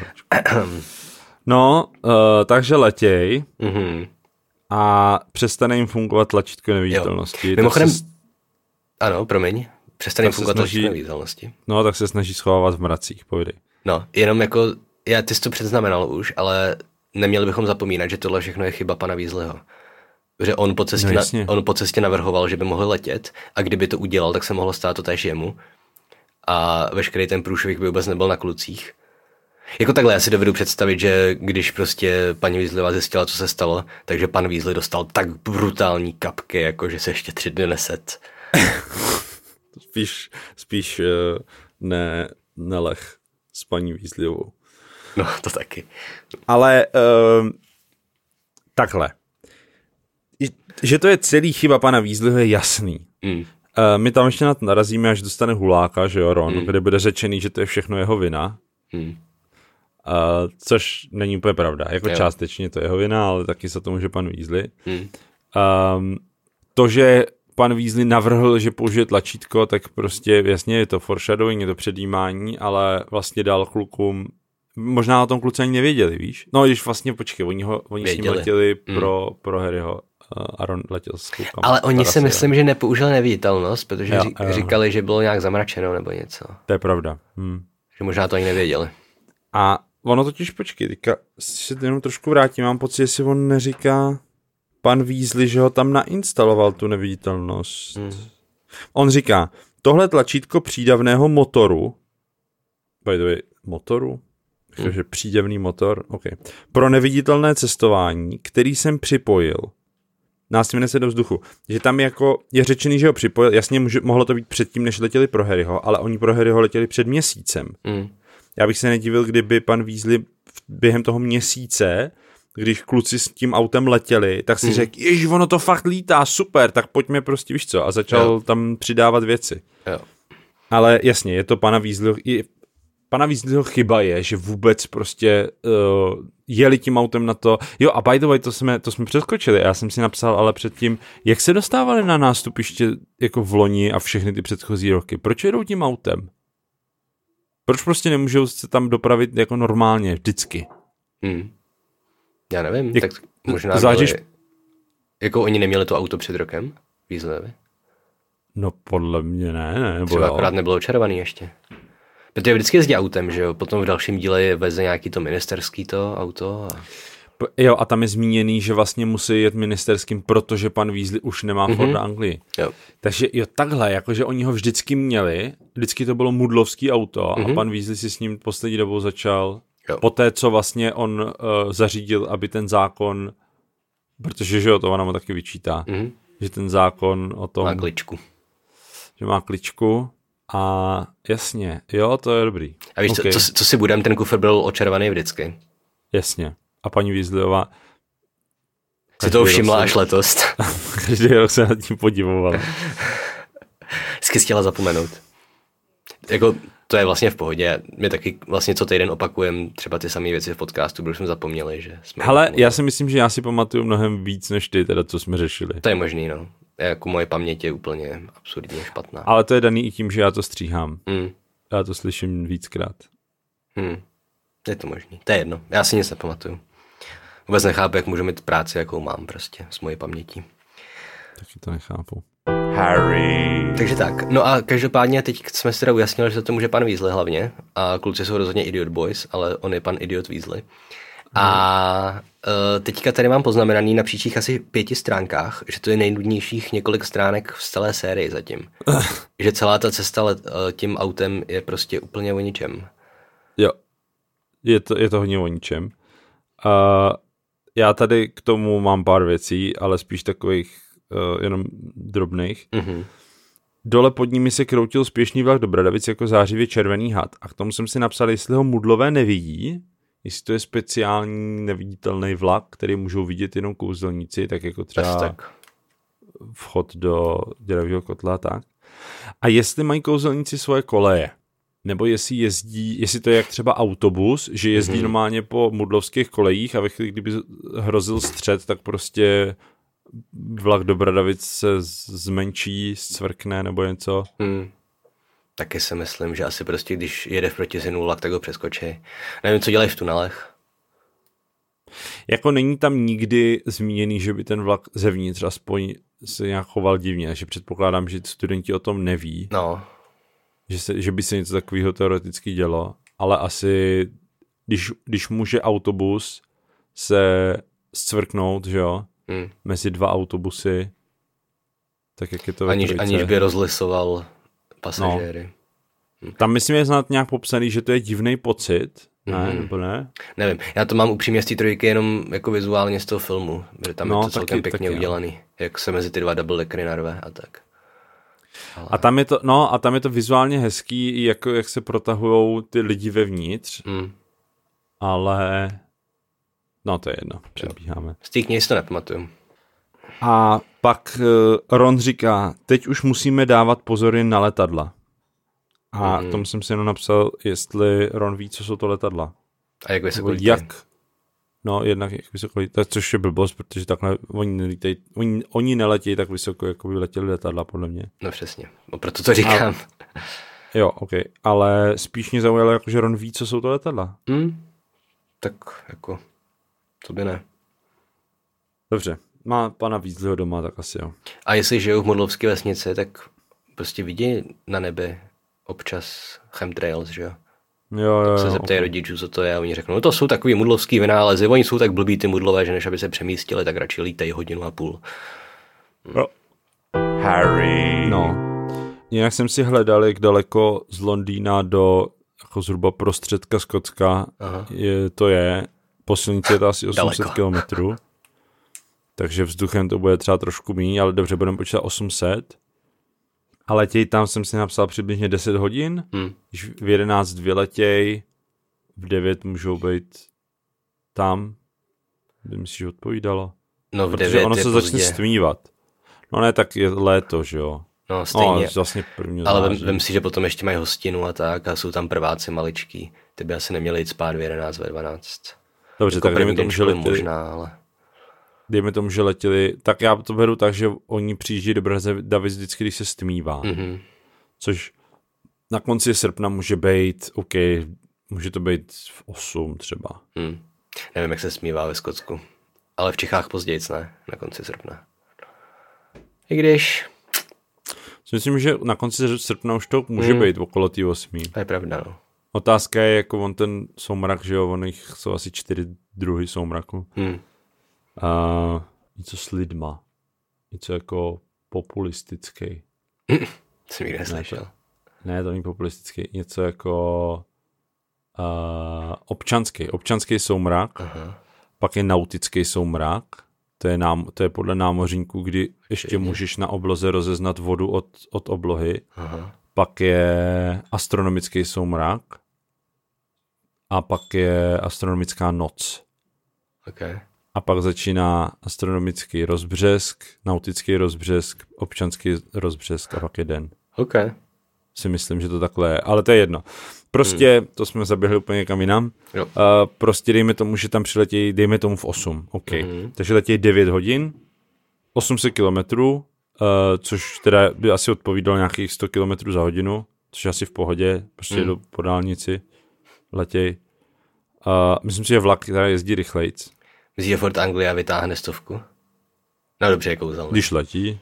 No, takže letěj a přestane jim fungovat tlačítko neviditelnosti. Mimochodem, ano, promiň, přestane jim fungovat tlačítko neviditelnosti. No, tak se snaží schovávat v mracích, povídej. No, jenom jako, ty jsi to předznamenal už, ale neměli bychom zapomínat, že tohle všechno je chyba pana Weasleyho. Že on po cestě navrhoval, že by mohl letět a kdyby to udělal, tak se mohlo stát to též jemu. A veškerý ten průšvih by vůbec nebyl na klucích. Jako takhle, já si dovedu představit, že když prostě paní Weasleyová zjistila, co se stalo, takže pan Weasley dostal tak brutální kapky, jako že se ještě 3 dny neset. Spíš nelech s paní Weasleyovou. No, to taky. Ale takhle. Že to je celý chyba pana Weasleyho je jasný. My tam ještě na to narazíme, až dostane huláka, že jo, Ron, kde bude řečený, že to je všechno jeho vina. Což není úplně pravda. Jako částečně to je jeho vina, ale taky se to může pan Weasley. To, že pan Weasley navrhl, že použije tlačítko, tak prostě jasně je to foreshadowing, je to předjímání, ale vlastně dal klukům, možná o tom kluci ani nevěděli, víš? No, když vlastně, počkej, oni s ním letěli pro Harryho. Aaron letěl s klukama. Ale oni si myslím, že nepoužili neviditelnost, protože říkali, že bylo nějak zamračeno nebo něco. To je pravda. Že možná to ani nevěděli. A ono totiž, počkej, teďka se jenom trošku vrátím, mám pocit, jestli on neříká pan Weasley, že ho tam nainstaloval tu neviditelnost. On říká, tohle tlačítko přídavného motoru, by the way, motoru? Takže přídavný motor, OK. Pro neviditelné cestování, který jsem připojil, nástvěne se do vzduchu, že tam je řečený, že ho připojil, jasně mohlo to být předtím, než letěli pro Harryho, ale oni pro Harryho letěli před měsícem. Já bych se nedivil, kdyby pan Weasley během toho měsíce, když kluci s tím autem letěli, tak si řekl, ježiš, ono to fakt lítá, super, tak pojďme prostě, víš co, a začal tam přidávat věci. Jo. Ale jasně, je to pana Weasleyho chyba je, že vůbec prostě jeli tím autem na to. Jo, a by the way, to jsme přeskočili. Já jsem si napsal ale předtím, jak se dostávali na nástupiště jako v loni a všechny ty předchozí roky. Proč jedou tím autem? Proč prostě nemůžou se tam dopravit jako normálně, vždycky? Já nevím, tak možná jako oni neměli to auto před rokem? Weasleyovi? No podle mě ne. Třeba akorát nebylo červený ještě. Protože vždycky jezdí autem, že jo? Potom v dalším díle je veze nějaký to ministerský to auto. Jo, a tam je zmíněný, že vlastně musí jet ministerským, protože pan Weasley už nemá Ford Anglii. Jo. Takže jo, takhle, jakože oni ho vždycky měli, vždycky to bylo mudlovský auto a pan Weasley si s ním poslední dobou začal, poté, co vlastně on zařídil, aby ten zákon, protože že jo, to ona mu taky vyčítá, že ten zákon o tom... Má kličku. Že má kličku. A jasně, jo, to je dobrý. A víš, co si budem, ten kufr byl očervaný vždycky. Jasně. A paní Weasleyová si to všimla až letos. Každý rok se nad tím podivovala. Vždycky chtěla zapomenout. Jako to je vlastně v pohodě. My taky vlastně co týden opakujeme třeba ty samé věci v podcastu, protože jsme zapomněli, že jsme... Hele, já si myslím, že já si pamatuju mnohem víc než ty, teda co jsme řešili. To je možný, no. Jako moje paměť je úplně absurdně špatná. Ale to je daný i tím, že já to stříhám. Já to slyším víckrát. Je to možný. To je jedno. Já si nic nepamatuju. Vůbec nechápu, jak můžu mít práci, jakou mám prostě s mojí pamětí. Taky to nechápu. Harry. Takže tak. No a každopádně teď jsme si teda ujasnili, že za to může pan Weasley hlavně. A kluci jsou rozhodně Idiot Boys, ale on je pan Idiot Weasley. A teďka tady mám poznamenaný na příštích asi 5 stránkách, že to je nejnudnějších několik stránek v celé sérii zatím. Že celá ta cesta tím autem je prostě úplně o ničem. Jo. Je to hodně o ničem. Já tady k tomu mám pár věcí, ale spíš takových jenom drobných. Dole pod nimi se kroutil spěšný vlak do Bradavic jako zářivě červený had. A k tomu jsem si napsal, jestli ho mudlové nevidí, jestli to je speciální neviditelný vlak, který můžou vidět jenom kouzelníci, tak jako třeba vchod do děravého kotla, tak. A jestli mají kouzelníci svoje koleje, nebo jestli to je jak třeba autobus, že jezdí normálně po mudlovských kolejích a ve chvíli, kdyby hrozil střet, tak prostě vlak do Bradavic se zmenší, zcvrkne nebo něco. Taky si myslím, že asi prostě, když jede v protisinu vlak, tak ho přeskočí. Nevím, co dělají v tunelech. Jako není tam nikdy zmíněný, že by ten vlak zevnitř aspoň se nějak choval divně, že předpokládám, že studenti o tom neví. No. Že by se něco takového teoreticky dělo, ale asi, když může autobus se zcvrknout, že jo, mezi 2 autobusy, tak jak je to aniž by rozlisoval pasažéry. No. Tam myslím je znát nějak popsaný, že to je divný pocit, ne, nebo ne? Nevím, já to mám upřímně z té trojky jenom jako vizuálně z toho filmu, protože tam je to celkem pěkně udělaný, jak se mezi ty 2 double deckery narve a tak. Ale... A tam je to vizuálně hezký, jako jak se protahujou ty lidi vevnitř, ale no to je jedno, předbíháme. Z těch knih si to nepamatuju. A pak Ron říká, teď už musíme dávat pozor jen na letadla. A k tomu jsem si jenom napsal, jestli Ron ví, co jsou to letadla. A jak vysoko lítají? No, jednak jak vysoko lítají, což je blbost, protože takhle oni neletějí tak vysoko, jako by letěli letadla, podle mě. No přesně, proto to říkám. Jo, ok, ale spíš mě zaujalo, jako, že Ron ví, co jsou to letadla. Tak jako, to by ne. Dobře, má pana Weasleyho doma, tak asi jo. A jestli žijou v Mudlovské vesnici, tak prostě vidí na nebi občas chemtrails, že jo? Jo, tak se zeptají rodičů, co to je, a oni řeknou, no to jsou takový mudlovský vynálezy, oni jsou tak blbý ty mudlové, že než aby se přemístili, tak radši lítají 1.5 hodiny. No. Harry. No. Jinak jsem si hledal, jak daleko z Londýna do jako zhruba prostředka Skotska to je. Po silnici je to asi 800 kilometrů. Takže vzduchem to bude třeba trošku méně, ale dobře, budeme počítat 800. A letěj tam jsem si napsal přibližně 10 hodin. Když v 11 vyletěj, v 9 můžou být tam. Kde myslíš, že odpovídalo? No v 9 protože ono se pozdě. začne stmívat. No ne, tak je léto, že jo. No stejně. No, vlastně ale vem si, že potom ještě mají hostinu a tak a jsou tam prváci maličký. Ty by asi neměli jít spát v 11, ve 12. Dobře, jako tak dejme tomu, že letěli. Možná, ale... Dejme tomu, že letěli. Tak já to beru tak, že oni přijíždí do Bradavic vždycky, když se stmívá. Což na konci srpna může být, OK, může to být v 8 třeba. Nevím, jak se smívá ve Skotsku. Ale v Čechách později, ne? Na konci srpna. I když... Myslím, že na konci srpna už to může být okolo té 8. To je pravda, no. Otázka je, jako on ten soumrak, že jo, on jich jsou asi 4 druhy soumraku. Něco s lidma. Něco jako populistický. Jsem nikdy neslyšel. Ne, to není populistický. Něco jako občanský soumrak. Pak je nautický soumrak. To je podle námořníků, kdy ještě můžeš na obloze rozeznat vodu od oblohy. Pak je astronomický soumrak. A pak je astronomická noc. Okay. A pak začíná astronomický rozbřesk, nautický rozbřesk, občanský rozbřesk a pak je den. OK. si myslím, že to takhle je, ale to je jedno. Prostě, to jsme zaběhli úplně někam jinam, prostě dejme tomu, že tam přiletějí, dejme tomu v 8, OK. Takže letějí 9 hodin, 800 kilometrů, což teda by asi odpovídalo nějakých 100 kilometrů za hodinu, což je asi v pohodě, prostě jedou po dálnici, letěj. Myslím si, že vlak teda jezdí rychlejc. Myslíš, že Ford Anglia vytáhne 100? No dobře, je kouzelný. Když letí.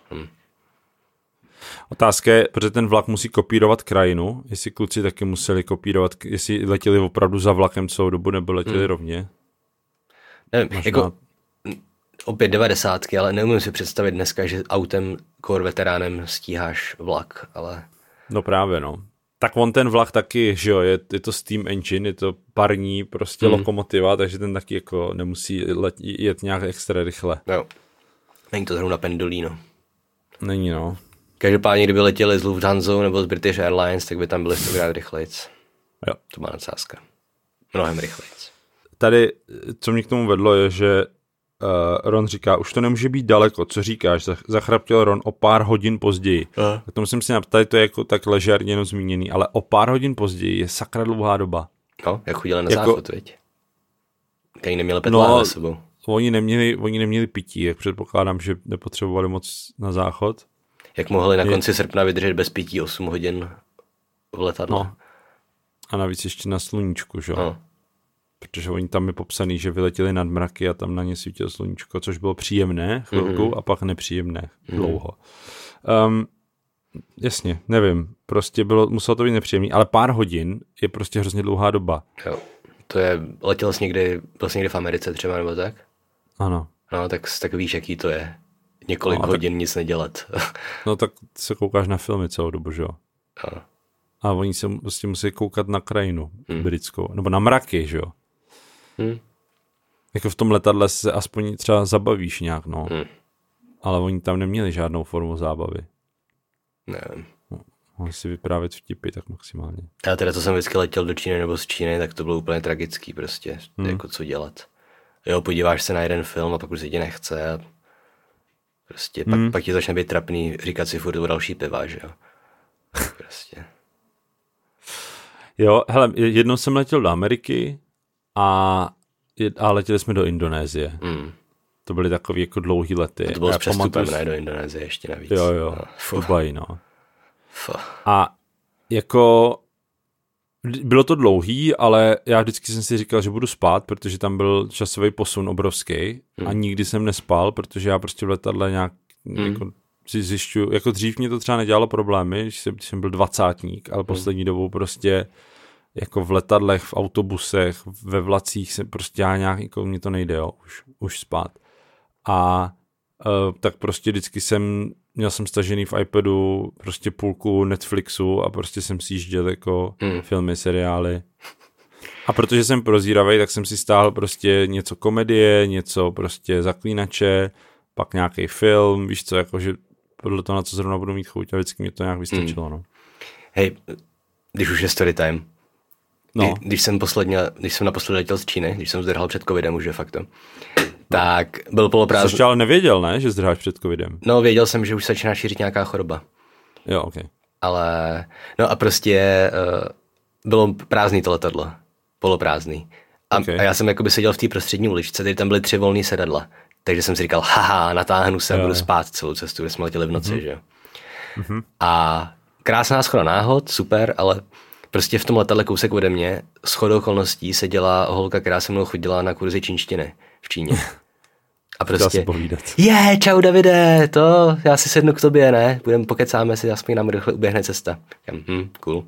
Otázka je, protože ten vlak musí kopírovat krajinu, jestli kluci taky museli kopírovat, jestli letěli opravdu za vlakem celou dobu, nebo letěli rovně. Nevím, jako opět 90, ale neumím si představit dneska, že autem core veteránem stíháš vlak, ale... No právě, no. Tak on ten vlak taky, že jo, je to steam engine, je to parní prostě lokomotiva, takže ten taky jako nemusí jet nějak extra rychle. Jo. Není to zrovna pendolino. Není, no. Každopádně, kdyby letěli z Lufthansa nebo z British Airlines, tak by tam byli 100krát rychlejc. Jo. To má nadsázka. Mnohem rychlejc. Tady, co mě k tomu vedlo, je, že Ron říká, už to nemůže být daleko, co říkáš, zachraptěl Ron o pár hodin později. Tak to musím si naptat, to je jako tak ležérně jenom zmíněný, ale o pár hodin později je sakra dlouhá doba. No, jak chodili na záchod, viď? Když neměli petláhle s sebou. Oni neměli pití, jak předpokládám, že nepotřebovali moc na záchod. Jak mohli na konci srpna vydržet bez pití 8 hodin v letadle. No. A navíc ještě na sluníčku, že jo? No. Protože oni tam je popsaný, že vyletěli nad mraky a tam na ně svítilo sluníčko, což bylo příjemné chvilku a pak nepříjemné dlouho. Jasně, nevím, prostě muselo to být nepříjemný, ale pár hodin je prostě hrozně dlouhá doba. Jo, to je, byl jsi někdy v Americe třeba nebo tak? Ano. No, tak víš, jaký to je. Několik hodin nic nedělat. No tak se koukáš na filmy celou dobu, že jo? Ano. A oni se prostě musí koukat na krajinu britskou, nebo na mraky, že jo? Jako v tom letadle se aspoň třeba zabavíš nějak, no. Ale oni tam neměli žádnou formu zábavy. Nevím. Mohli si vyprávět vtipy tak maximálně. Já teda, co jsem vždycky letěl do Číny nebo z Číny, tak to bylo úplně tragický prostě, jako co dělat. Jo, podíváš se na jeden film a pak už se ti nechce a prostě pak ti začne být trapný říkat si furt o další piva, že jo. Prostě. Jo, hele, jednou jsem letěl do Ameriky a letěli jsme do Indonésie. To byly takový jako dlouhý lety. A to bylo s přestupem, ne do Indonésie ještě navíc. Jo, Dubai, no. A jako bylo to dlouhý, ale já vždycky jsem si říkal, že budu spát, protože tam byl časový posun obrovský a nikdy jsem nespal, protože já prostě v letadle nějak jako si zjišťuju, jako dřív mě to třeba nedělalo problémy, když jsem byl 20, ale poslední dobou prostě jako v letadlech, v autobusech, ve vlacích se prostě já nějak, jako mě to nejde, jo, už spát. A tak prostě vždycky měl jsem stažený v iPadu prostě půlku Netflixu a prostě jsem si jížděl jako filmy, seriály. A protože jsem prozíravej, tak jsem si stáhl prostě něco komedie, něco prostě Zaklínače, pak nějaký film, víš co, jakože podle toho, na co zrovna budu mít chuť a vždycky mě to nějak vystačilo, no. Hej, když už je story time. No. Když jsem naposledy letěl z Číny, když jsem zdrhal před covidem už de facto, tak byl poloprázdný. Což ale nevěděl, ne, že zdrháš před covidem? No, věděl jsem, že už začíná šířit nějaká choroba. Jo, ok. Ale, no a prostě bylo prázdný to letadlo. Poloprázdný. A já jsem jakoby seděl v té prostřední uličce, tady tam byly 3 volný sedadla. Takže jsem si říkal, haha, natáhnu se a budu spát celou cestu, kde jsme letěli v noci, že jo. A krásná shoda náhod, super, ale prostě v tom letadle kousek ode mě shodou okolností seděla holka, která se mnou chodila na kurzy čínštiny v Číně. A prostě, čau Davide, já si sednu k tobě, ne? Pokecáme si, aspoň nám rychle uběhne cesta. Cool.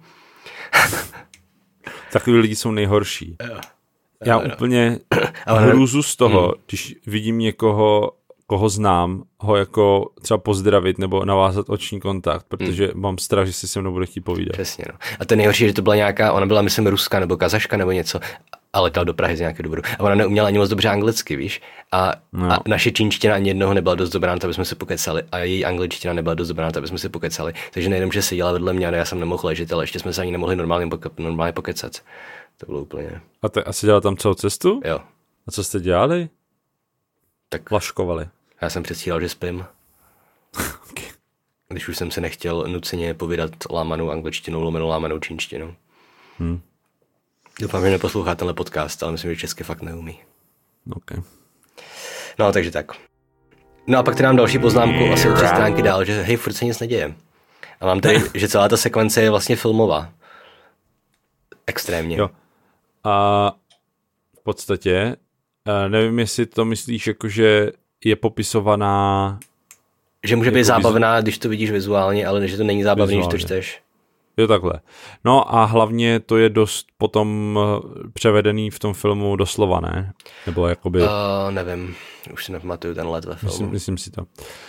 Takový lidi jsou nejhorší. Já úplně hrůzu z toho, když vidím někoho, koho znám, ho jako třeba pozdravit nebo navázat oční kontakt, protože mám strach, že si se mnou bude chtít povídat. Přesně, no. A to nejhorší, že to byla nějaká, ona byla, myslím, Ruska nebo Kazaška nebo něco, a letěla do Prahy z nějakého důvodu. A ona neuměla ani moc dobře anglicky, víš? A naše čínština ani jednoho nebyla dost dobrá na to, aby jsme si pokecali, a její angličtina nebyla dost dobrá na to, aby jsme si pokecali. Takže nejenom, že seděla vedle mě, ale já jsem nemohl ležet, ale ještě jsme se ani nemohli normálně pokecat. To bylo úplně. A seděla tam celou cestu? Jo. A co jste dělali? Tak laškovali. Já jsem předstíral, že spím. Okay. Když už jsem se nechtěl nuceně povídat lámanou angličtinou, lámanou čínštinou. Doufám, že neposlouchá tenhle podcast, ale myslím, že česky fakt neumí. Okay. No, takže tak. No a pak tady mám další poznámku, asi o 3 stránky dál, že hej, furt se nic neděje. A mám tady, že celá ta sekvence je vlastně filmová. Extrémně. Jo. A v podstatě, nevím, jestli to myslíš, jakože je popisovaná... Že může být zábavná, když to vidíš vizuálně, ale že to není zábavný, když to čteš. Jo, takhle. No a hlavně to je dost potom převedený v tom filmu doslova, ne? Nebo jakoby... Nevím, už si nepamatuju ten let ve filmu. Myslím si to.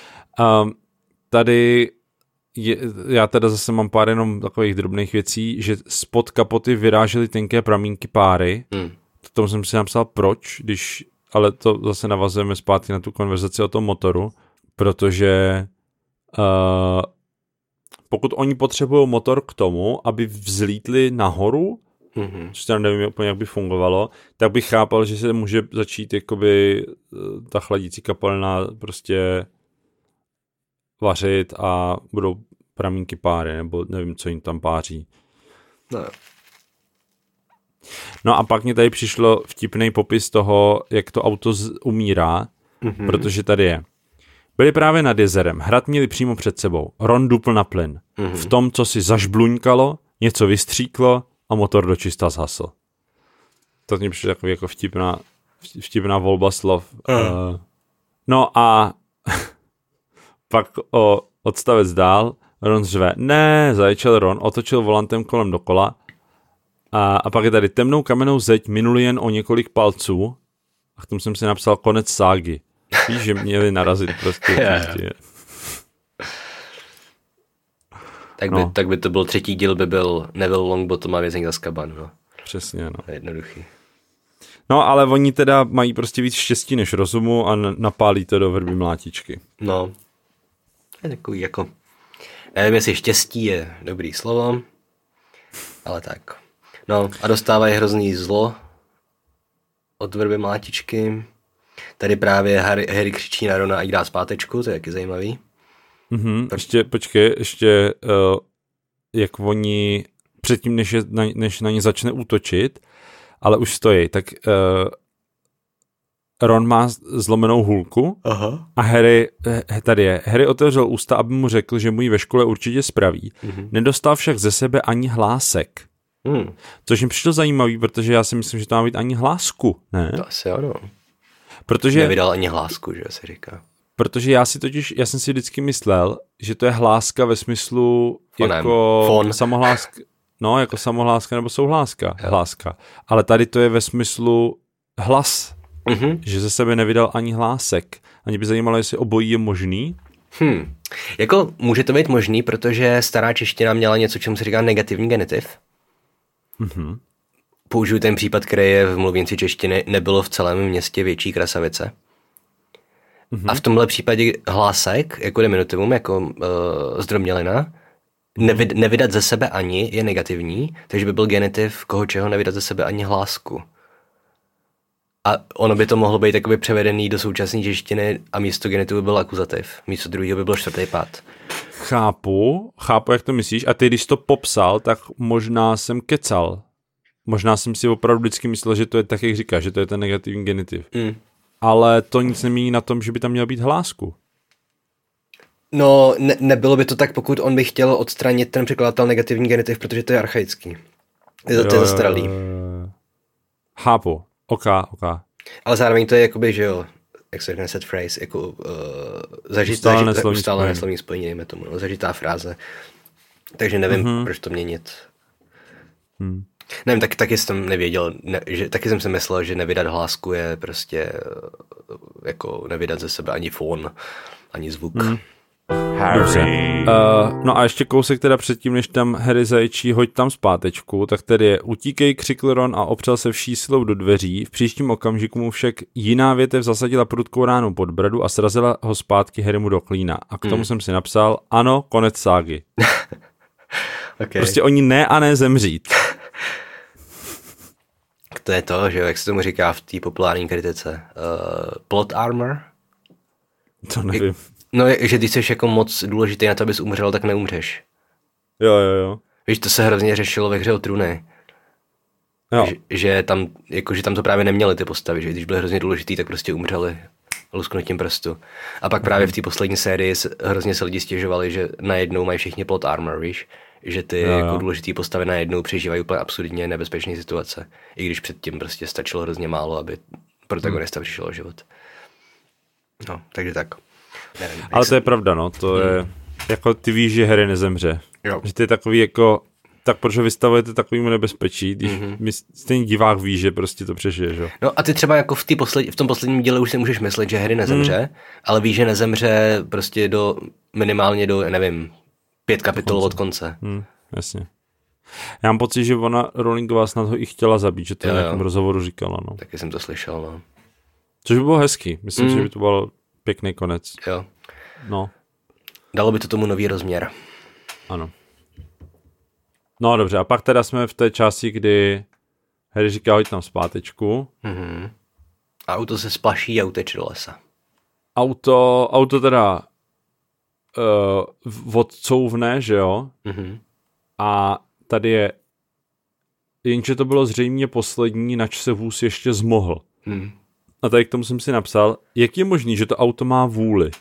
Tady já teda zase mám pár jenom takových drobných věcí, že spod kapoty vyrážely tenké pramínky páry. To tomu jsem si napsal proč, ale to zase navazujeme zpátky na tu konverzaci o tom motoru, protože pokud oni potřebují motor k tomu, aby vzlítli nahoru, což já nevím úplně, jak by fungovalo, tak bych chápal, že se může začít jakoby ta chladící kapalina prostě vařit a budou pramínky páry, nebo nevím, co jim tam páří. No a pak mě tady přišlo vtipný popis toho, jak to auto umírá, protože tady je. Byli právě nad jezerem, hrad měli přímo před sebou, Ron dupl na plyn. V tom, co si zažbluňkalo, něco vystříklo a motor dočista zhasl. To mě přišlo takový jako vtipná volba slov. No a pak odstavec dál, Ron řve, ne, zaječel Ron, otočil volantem kolem dokola a pak je tady temnou kamennou zeď minuli jen o několik palců a k tomu jsem si napsal konec ságy. Víš, že měli narazit prostě. Tak by to byl 3. díl, by byl Neville Longbottom a vězení z Azkaban. No. Přesně, no. To je jednoduchý. No, ale oni teda mají prostě víc štěstí než rozumu a napálí to do vrby mlátičky. No. Je takový jako... Nevím, jestli štěstí je dobrý slovo, ale tak. No a dostávají hrozný zlo od vrby mlátičky. Tady právě Harry křičí na Rona, ať dá zpátečku, to je taky zajímavý. Ještě jak oni předtím, než na ně začne útočit, ale už stojí, tak Ron má zlomenou hůlku a Harry otevřel ústa, aby mu řekl, že mu ji ve škole určitě spraví. Nedostal však ze sebe ani hlásek. Což mi přišlo zajímavý, protože já si myslím, že to má být ani hlásku, ne? To asi ano. Protože nevydal ani hlásku, že se říká. Protože já jsem si vždycky myslel, že to je hláska ve smyslu jako samohláska. No, jako samohláska nebo souhláska. Hláska. Ale tady to je ve smyslu hlas. Že ze sebe nevydal ani hlásek. A mě by zajímalo, jestli obojí je možný. Jako může to být možný, protože stará čeština měla něco, čemu se říká negativní genitiv. Použiju ten případ, který je v mluvínci češtiny, nebylo v celém městě větší krasavice. A v tomhle případě hlásek, jako diminutivum, jako zdrobnělina, nevydat ze sebe ani je negativní, takže by byl genitiv koho čeho nevydat ze sebe ani hlásku. A ono by to mohlo být jakoby převedený do současné češtiny a místo genitivu by byl akuzativ. Místo druhého by byl čtvrtý pád. Chápu, jak to myslíš. A ty, když to popsal, tak možná jsem kecal. Možná jsem si opravdu vždycky myslel, že to je tak, jak říkáš, že to je ten negativní genitiv. Ale to nic nemění na tom, že by tam měl být hlásku. No, nebylo by to tak, pokud on by chtěl odstranit ten překladatel negativní genitiv, protože to je archaický. To je zastaralý. Chápu. OK. Ale zároveň to je jakoby, že jo, jak se řekne set phrase, jako ustálené slovní spojení, dejme tomu, zažitá fráze. Takže nevím, proč to měnit. Nevím, taky jsem nevěděl, taky jsem si myslel, že nevydat hlásku je prostě jako nevydat ze sebe ani fón, ani zvuk. Harry. No a ještě kousek teda předtím, než tam Harry zaječí, hoď tam zpátečku, tak tedy je utíkej, křikl Ron a opřel se vší silou do dveří. V příštím okamžiku mu však jiná větev zasadila prudkou ránu pod bradu a srazila ho zpátky Harrymu do klína. A k tomu jsem si napsal, ano, konec ságy. Okay. Prostě oni ne zemřít. To je to, že jak se tomu říká v té populární kritice. Plot armor? To nevím. No, že ty jsi jako moc důležitý na to, abys umřel, tak neumřeš. Jo. Víš, to se hrozně řešilo ve Hře o trůny. Jo. Že tam to právě neměli ty postavy, že když byly hrozně důležitý, tak prostě umřeli lusknutím prstu. A pak právě v té poslední sérii hrozně se lidi stěžovali, že najednou mají všichni plot armor, víš? Že ty jako důležitý postavy najednou přežívají úplně absurdně nebezpečné situace. I když předtím prostě stačilo hrozně málo, aby protagonista přišel o život. No, takže tak. Nevím, ale to je pravda, no. To je, jako ty víš, že Harry nezemře. Jo. Že ty je takový jako, tak proč ho vystavujete takovému nebezpečí, když stejný divák ví, že prostě to přežije, že? No a ty třeba jako v tom posledním díle už si můžeš myslet, že Harry nezemře, ale víš, že nezemře prostě minimálně do, nevím, 5 kapitol od konce. Jasně. Já mám pocit, že ona Rowlingová snad ho i chtěla zabít, že to v nějakém rozhovoru říkala, no. Taky jsem to slyšel, no. Což by bylo hezký. Myslím si, že by to byl pěkný konec. Jo. No. Dalo by to tomu nový rozměr. Ano. No dobře, a pak teda jsme v té části, kdy Harry říká, hoď tam zpátečku. A auto se splaší a uteče do lesa. Auto teda odcouvne, že jo? A tady je, jenže to bylo zřejmě poslední, nač se vůz ještě zmohl. A tady k tomu jsem si napsal, jak je možný, že to auto má vůli?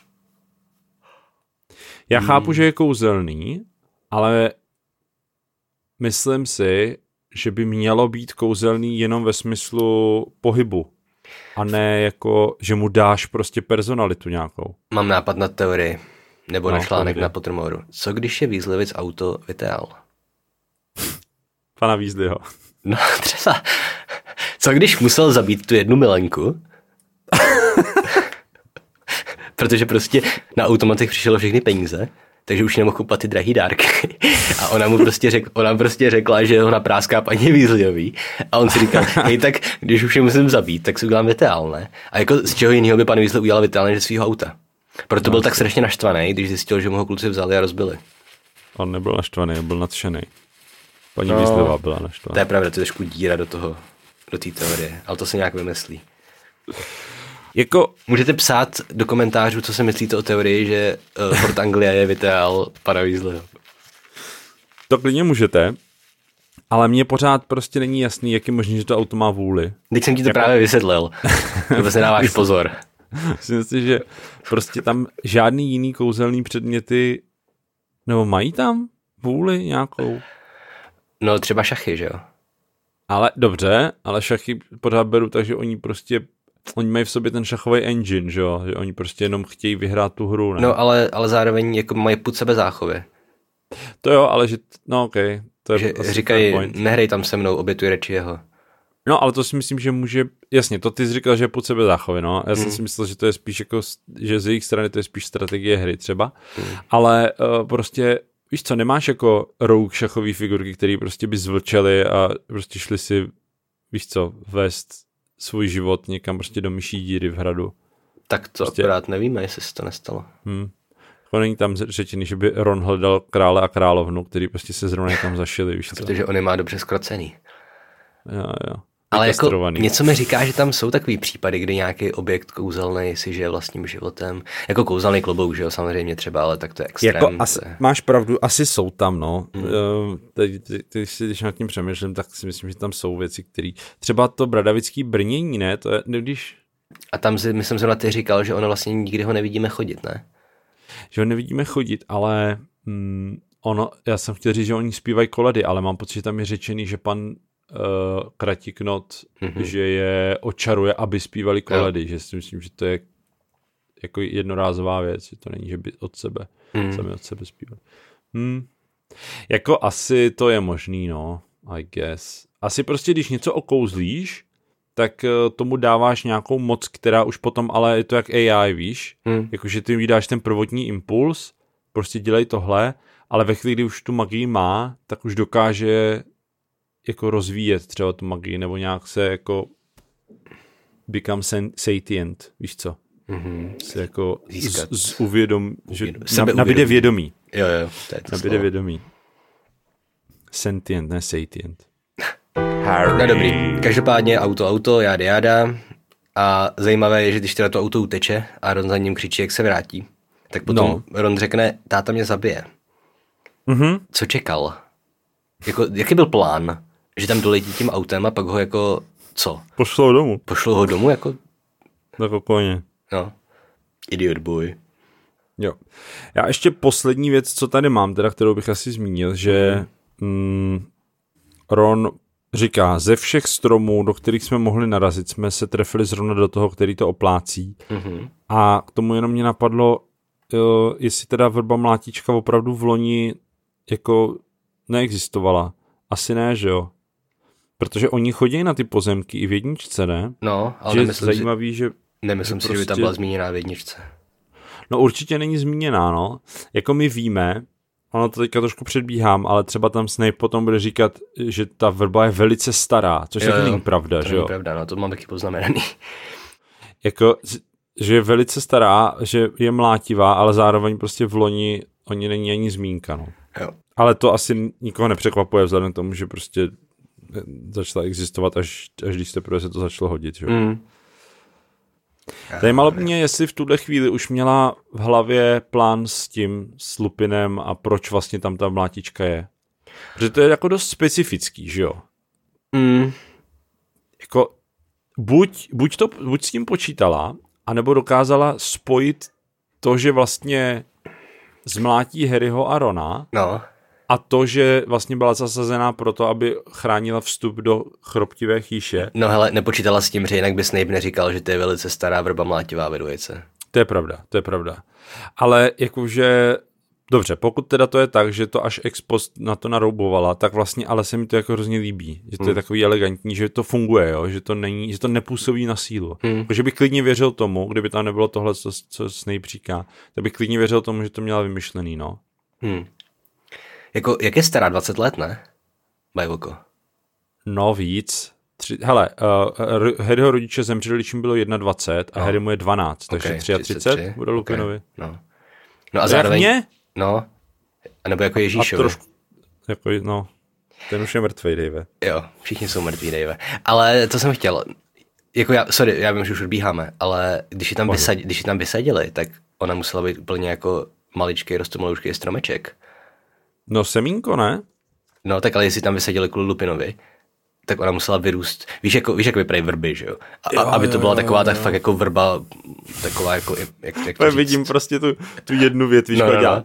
Já chápu, že je kouzelný, ale myslím si, že by mělo být kouzelný jenom ve smyslu pohybu. A ne jako, že mu dáš prostě personalitu nějakou. Mám nápad na teorii. Nebo na článek na Pottermoru. Co když je Weasleyovic auto vytéal? Pana Weasleyho. No třeba. Co když musel zabít tu jednu milenku? Protože prostě na automatech přišlo všechny peníze, takže už nemohl kupovat ty drahý dárky. A ona prostě řekla, že ho napráská paní Weasleyový. A on si říkal, hej, tak když už je musím zabít, tak si udělám vytéal, ne? A jako z čeho jiného by pan Weasley udělal vytéal než svýho auta? Proto byl tak strašně naštvaný, když zjistil, že mu ho kluci vzali a rozbili. On nebyl naštvaný, byl nadšený. Paní Weasleyová byla naštvaná. To je pravda, to je trošku díra do té teorie, ale to se nějak vymyslí. Jako... Můžete psát do komentářů, co si myslíte o teorii, že Fort Anglia je vytéal pana Weasleyho. To klidně můžete, ale mně pořád prostě není jasný, jak je možný, že to auto má vůli. Teď jsem ti to právě vysvětlil. Vůbec nedáváš pozor. Myslím si, že prostě tam žádný jiný kouzelný předměty, nebo mají tam vůli nějakou? No třeba šachy, že jo? Ale dobře, ale šachy pořád beru, takže oni mají v sobě ten šachový engine, že jo? Že oni prostě jenom chtějí vyhrát tu hru, ne? No ale zároveň jako mají pud sebe záchovy. To jo, ale že, no okej. To je že říkají, nehrej tam se mnou, obětuj reči jeho. No, ale to si myslím, že může, jasně, to ty jsi říkal, že je pod sebe záchovy, no. Já jsem si myslel, že to je spíš jako, že z jejich strany to je spíš strategie hry třeba, ale prostě, víš co, nemáš jako rogue šachový figurky, který prostě by zvlčeli a prostě šli si, víš co, vést svůj život někam prostě do myší díry v hradu. Tak to prostě... akorát nevíme, jestli se to nestalo. Není tam řečený, že by Ron hledal krále a královnu, který prostě se zrovna někam zašili, víš co. Protože on je má dobře zkrocený. Jo. Ale jako něco mi říká, že tam jsou takový případy, kdy nějaký objekt kouzelný si žije vlastním životem. Jako kouzelný klobouk, že jo, samozřejmě třeba, ale tak to je extrém. Jako máš pravdu, asi jsou tam, no. Teď si, když nad tím přemýšlím, tak si myslím, že tam jsou věci, které... Třeba to bradavický brnění, ne? To je, když... A tam si, myslím, že na ty říkal, že ono vlastně nikdy ho nevidíme chodit, ne? Že ho nevidíme chodit, ale já jsem chtěl říct, že oni zpívají koledy, ale mám pocit, že tam je řečený, že pan Kratiknot, že je očaruje, aby zpívali koledy, že si myslím, že to je jako jednorázová věc, že to není, že by od sebe, sami od sebe zpívali. Jako asi to je možný, no, I guess. Asi prostě, když něco okouzlíš, tak tomu dáváš nějakou moc, která už potom, ale je to jak AI, víš? Jakože ty mi dáš ten prvotní impuls, prostě dělej tohle, ale ve chvíli, kdy už tu magii má, tak už dokáže jako rozvíjet třeba tu magii, nebo nějak se jako become sentient, víš co? Se jako nabíde vědomí. Jo, to je to nabíde vědomí. Sentient, ne satient. No dobrý, každopádně auto, jáda. A zajímavé je, že když teda to auto uteče a Ron za ním křičí, jak se vrátí, Tak potom Ron řekne, táta mě zabije. Mm-hmm. Co čekal? Jako, jaký byl plán? Že tam doletí tím autem a pak ho jako, co? Pošlou ho domů jako? Jako koně. No. Idiot boy. Jo. Já ještě poslední věc, co tady mám, teda, kterou bych asi zmínil, že Ron říká, ze všech stromů, do kterých jsme mohli narazit, jsme se trefili zrovna do toho, který to oplácí. Mm-hmm. A k tomu jenom mě napadlo, jestli teda vrba mlátička opravdu v loni jako neexistovala. Asi ne, že jo? Protože oni chodí na ty pozemky i v jedničce, ne? No, ale že nemyslím, zajímavý, že nemyslím si, že by tam byla zmíněná v jedničce. No určitě není zmíněná, no. Jako my víme, ono to teďka trošku předbíhám, ale třeba tam Snape potom bude říkat, že ta vrba je velice stará, což taky není pravda, že jo? To není pravda, no, to mám taky poznamenaný. Jako, že je velice stará, že je mlátivá, ale zároveň prostě v loni o ní není ani zmínka, no. Jo. Ale to asi nikoho nepřekvapuje vzhledem k tomu, že prostě začala existovat, až když teprve se to začalo hodit, že jo? Zajímalo mě, jestli v tuhle chvíli už měla v hlavě plán s Lupinem a proč vlastně tam ta mlátička je. Protože to je jako dost specifický, že jo? Jako buď s tím počítala, anebo dokázala spojit to, že vlastně zmlátí Harryho a Rona, no. A to, že vlastně byla zasazená proto, aby chránila vstup do chroptivé chýše. No hele, nepočítala s tím, že jinak by Snape neříkal, že to je velice stará vrba mlátivá ve dvojice. To je pravda. Ale jakože, dobře, pokud teda to je tak, že to až ex post na to naroubovala, tak vlastně ale se mi to jako hrozně líbí. Že to je takový elegantní, že to funguje, jo? Že to nepůsobí na sílu. Že bych klidně věřil tomu, kdyby tam nebylo tohle, co Snape říká, tak bych klidně věřil tomu, že to měla vymyšlený, no. Jako, jak je stará, 20 let, ne? Bajvoko. No víc. Harryho rodiče zemřeli, když jim bylo 21 a Harry mu je 12, takže 33 bude Lupinovi. No a zároveň... No, a nebo jako Ježíšovi. Jako, ten už je mrtvej, Dave. Jo, všichni jsou mrtví, Dave. Ale to jsem chtěl, jako já vím, že už odbíháme, ale když ji tam vysadili, tak ona musela být úplně jako maličký, rostomaloučký stromeček. No semínko, ne? No tak ale jestli tam vysadili kvůli Lupinovi, tak ona musela vyrůst. Víš, jak vypadají vrby, že jo? Aby to byla taková tak fakt jako vrba, taková jako, jak to říct. Vidím prostě tu jednu věc, víš, dělá.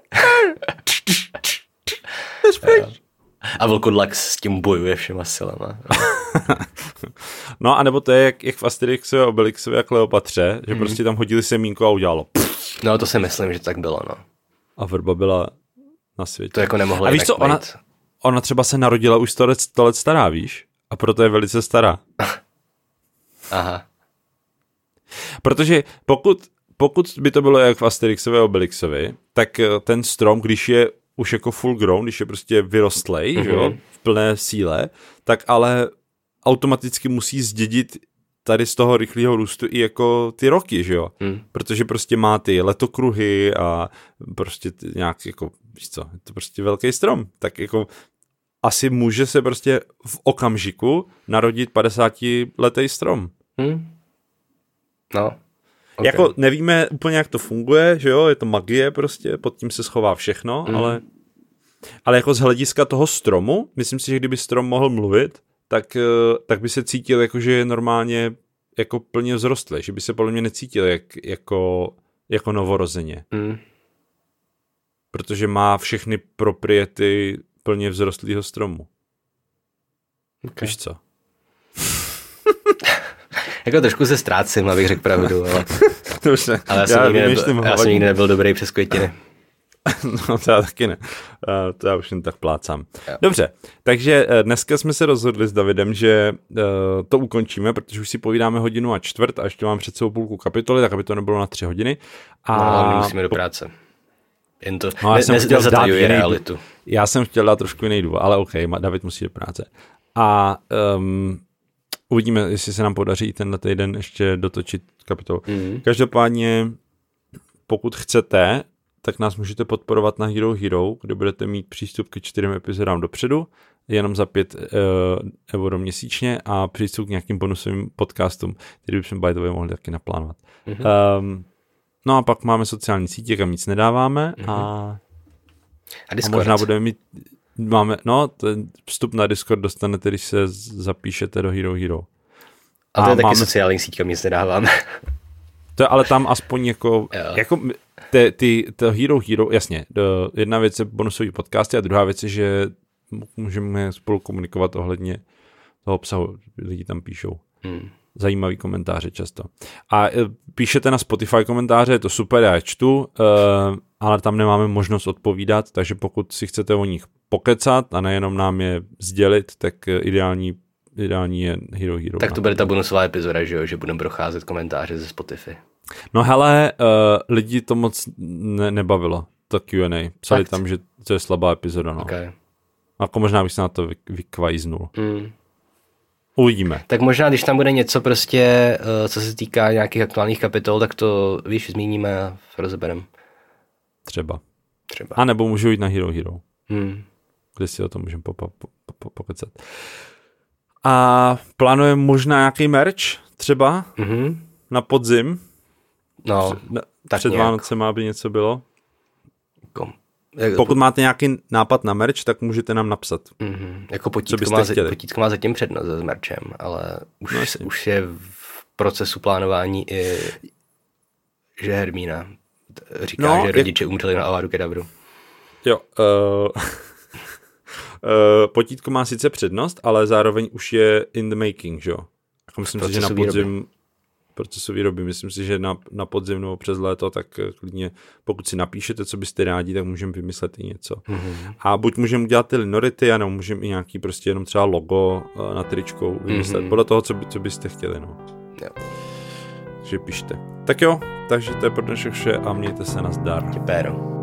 A vlkodlak s tím bojuje všema silama. No a nebo to je jak v Asterixovi, Obelixovi a Kleopatře, že prostě tam hodili semínko a udělalo. No to si myslím, že tak bylo, no. A vrba byla na světě. To jako nemohlo. A víš co, ona třeba se narodila už 100 let stará, víš? A proto je velice stará. Aha. Protože pokud by to bylo jak v Asterixovi a Obelixovi, tak ten strom, když je už jako full grown, když je prostě vyrostlej, že jo, v plné síle, tak ale automaticky musí zdědit tady z toho rychlého růstu i jako ty roky, že jo? Protože prostě má ty letokruhy a prostě nějak jako, víš co, je to prostě velký strom. Tak jako asi může se prostě v okamžiku narodit 50letý strom. No. Okay. Jako nevíme úplně, jak to funguje, že jo, je to magie prostě, pod tím se schová všechno, ale jako z hlediska toho stromu, myslím si, že kdyby strom mohl mluvit, tak by se cítil jako, že je normálně jako plně vzrostlý, že by se podle mě necítil jako novorozeně. Protože má všechny propriety plně vzrostlého stromu. Okay. Víš co? Jako trošku se ztrácím, abych řekl pravdu, ale já jsem nikdy nebyl dobrý přes květiny. No to já taky ne. To já už jen tak plácám. Jo. Dobře, takže dneska jsme se rozhodli s Davidem, že to ukončíme, protože už si povídáme 1:15 hodin a ještě mám před sebou půlku kapitoly, tak aby to nebylo na 3 hodiny. No, musíme do práce. Jen to nezatajuje realitu. Já jsem chtěl dát trošku jiný důvod, ale OK, David musí do práce. A uvidíme, jestli se nám podaří tenhle týden ještě dotočit kapitolu. Každopádně, pokud chcete, tak nás můžete podporovat na Hero Hero, kde budete mít přístup ke 4 epizodám dopředu, jenom za 5 euro měsíčně a přístup k nějakým bonusovým podcastům, který bychom by the way mohli taky naplánovat. No a pak máme sociální sítě, kam nic nedáváme a možná budeme mít, ten vstup na Discord dostanete, když se zapíšete do Hero Hero. A to je taky sociální síť, kam nic nedáváme. To ale tam aspoň jako to Hero Hero, jasně, jedna věc je bonusový podcasty a druhá věc je, že můžeme spolu komunikovat ohledně toho obsahu, lidi tam píšou. Zajímavý komentáře často. A píšete na Spotify komentáře, je to super, já je čtu, ale tam nemáme možnost odpovídat, takže pokud si chcete o nich pokecat a nejenom nám je sdělit, tak ideální je Hero Hero. Tak to bude ta bonusová epizoda, že budeme procházet komentáře ze Spotify. No hele, lidi to moc nebavilo, to Q&A. Psali tam, že to je slabá epizoda. No. Okay. Jako možná bych se na to vykvajznul. Uvidíme. Tak možná, když tam bude něco prostě, co se týká nějakých aktuálních kapitol, tak to, víš, zmíníme a rozebereme. Třeba. A nebo můžu jít na Hero Hero. Kde si o tom můžeme pokecat. A plánujeme možná nějaký merch třeba na podzim. No, tak před nějak. Vánocem, aby něco bylo. Pokud máte nějaký nápad na merch, tak můžete nám napsat. Jako potítko má zatím přednost s merchem, ale už je v procesu plánování i že Hermína říká, že rodiče umřeli na Avadu Kedavru. Jo. Potítko má sice přednost, ale zároveň už je in the making, že jo? Myslím si, že na podzim procesu výroby. Myslím si, že na podzim nebo přes léto, tak klidně, pokud si napíšete, co byste rádi, tak můžeme vymyslet i něco. A buď můžeme udělat ty linority, anebo můžeme i nějaký prostě jenom třeba logo na tričkou vymyslet. Podle toho, co byste chtěli, no. Jo. Takže pište. Tak jo, takže to je pro dnešek vše a mějte se, nazdar. Těpéro.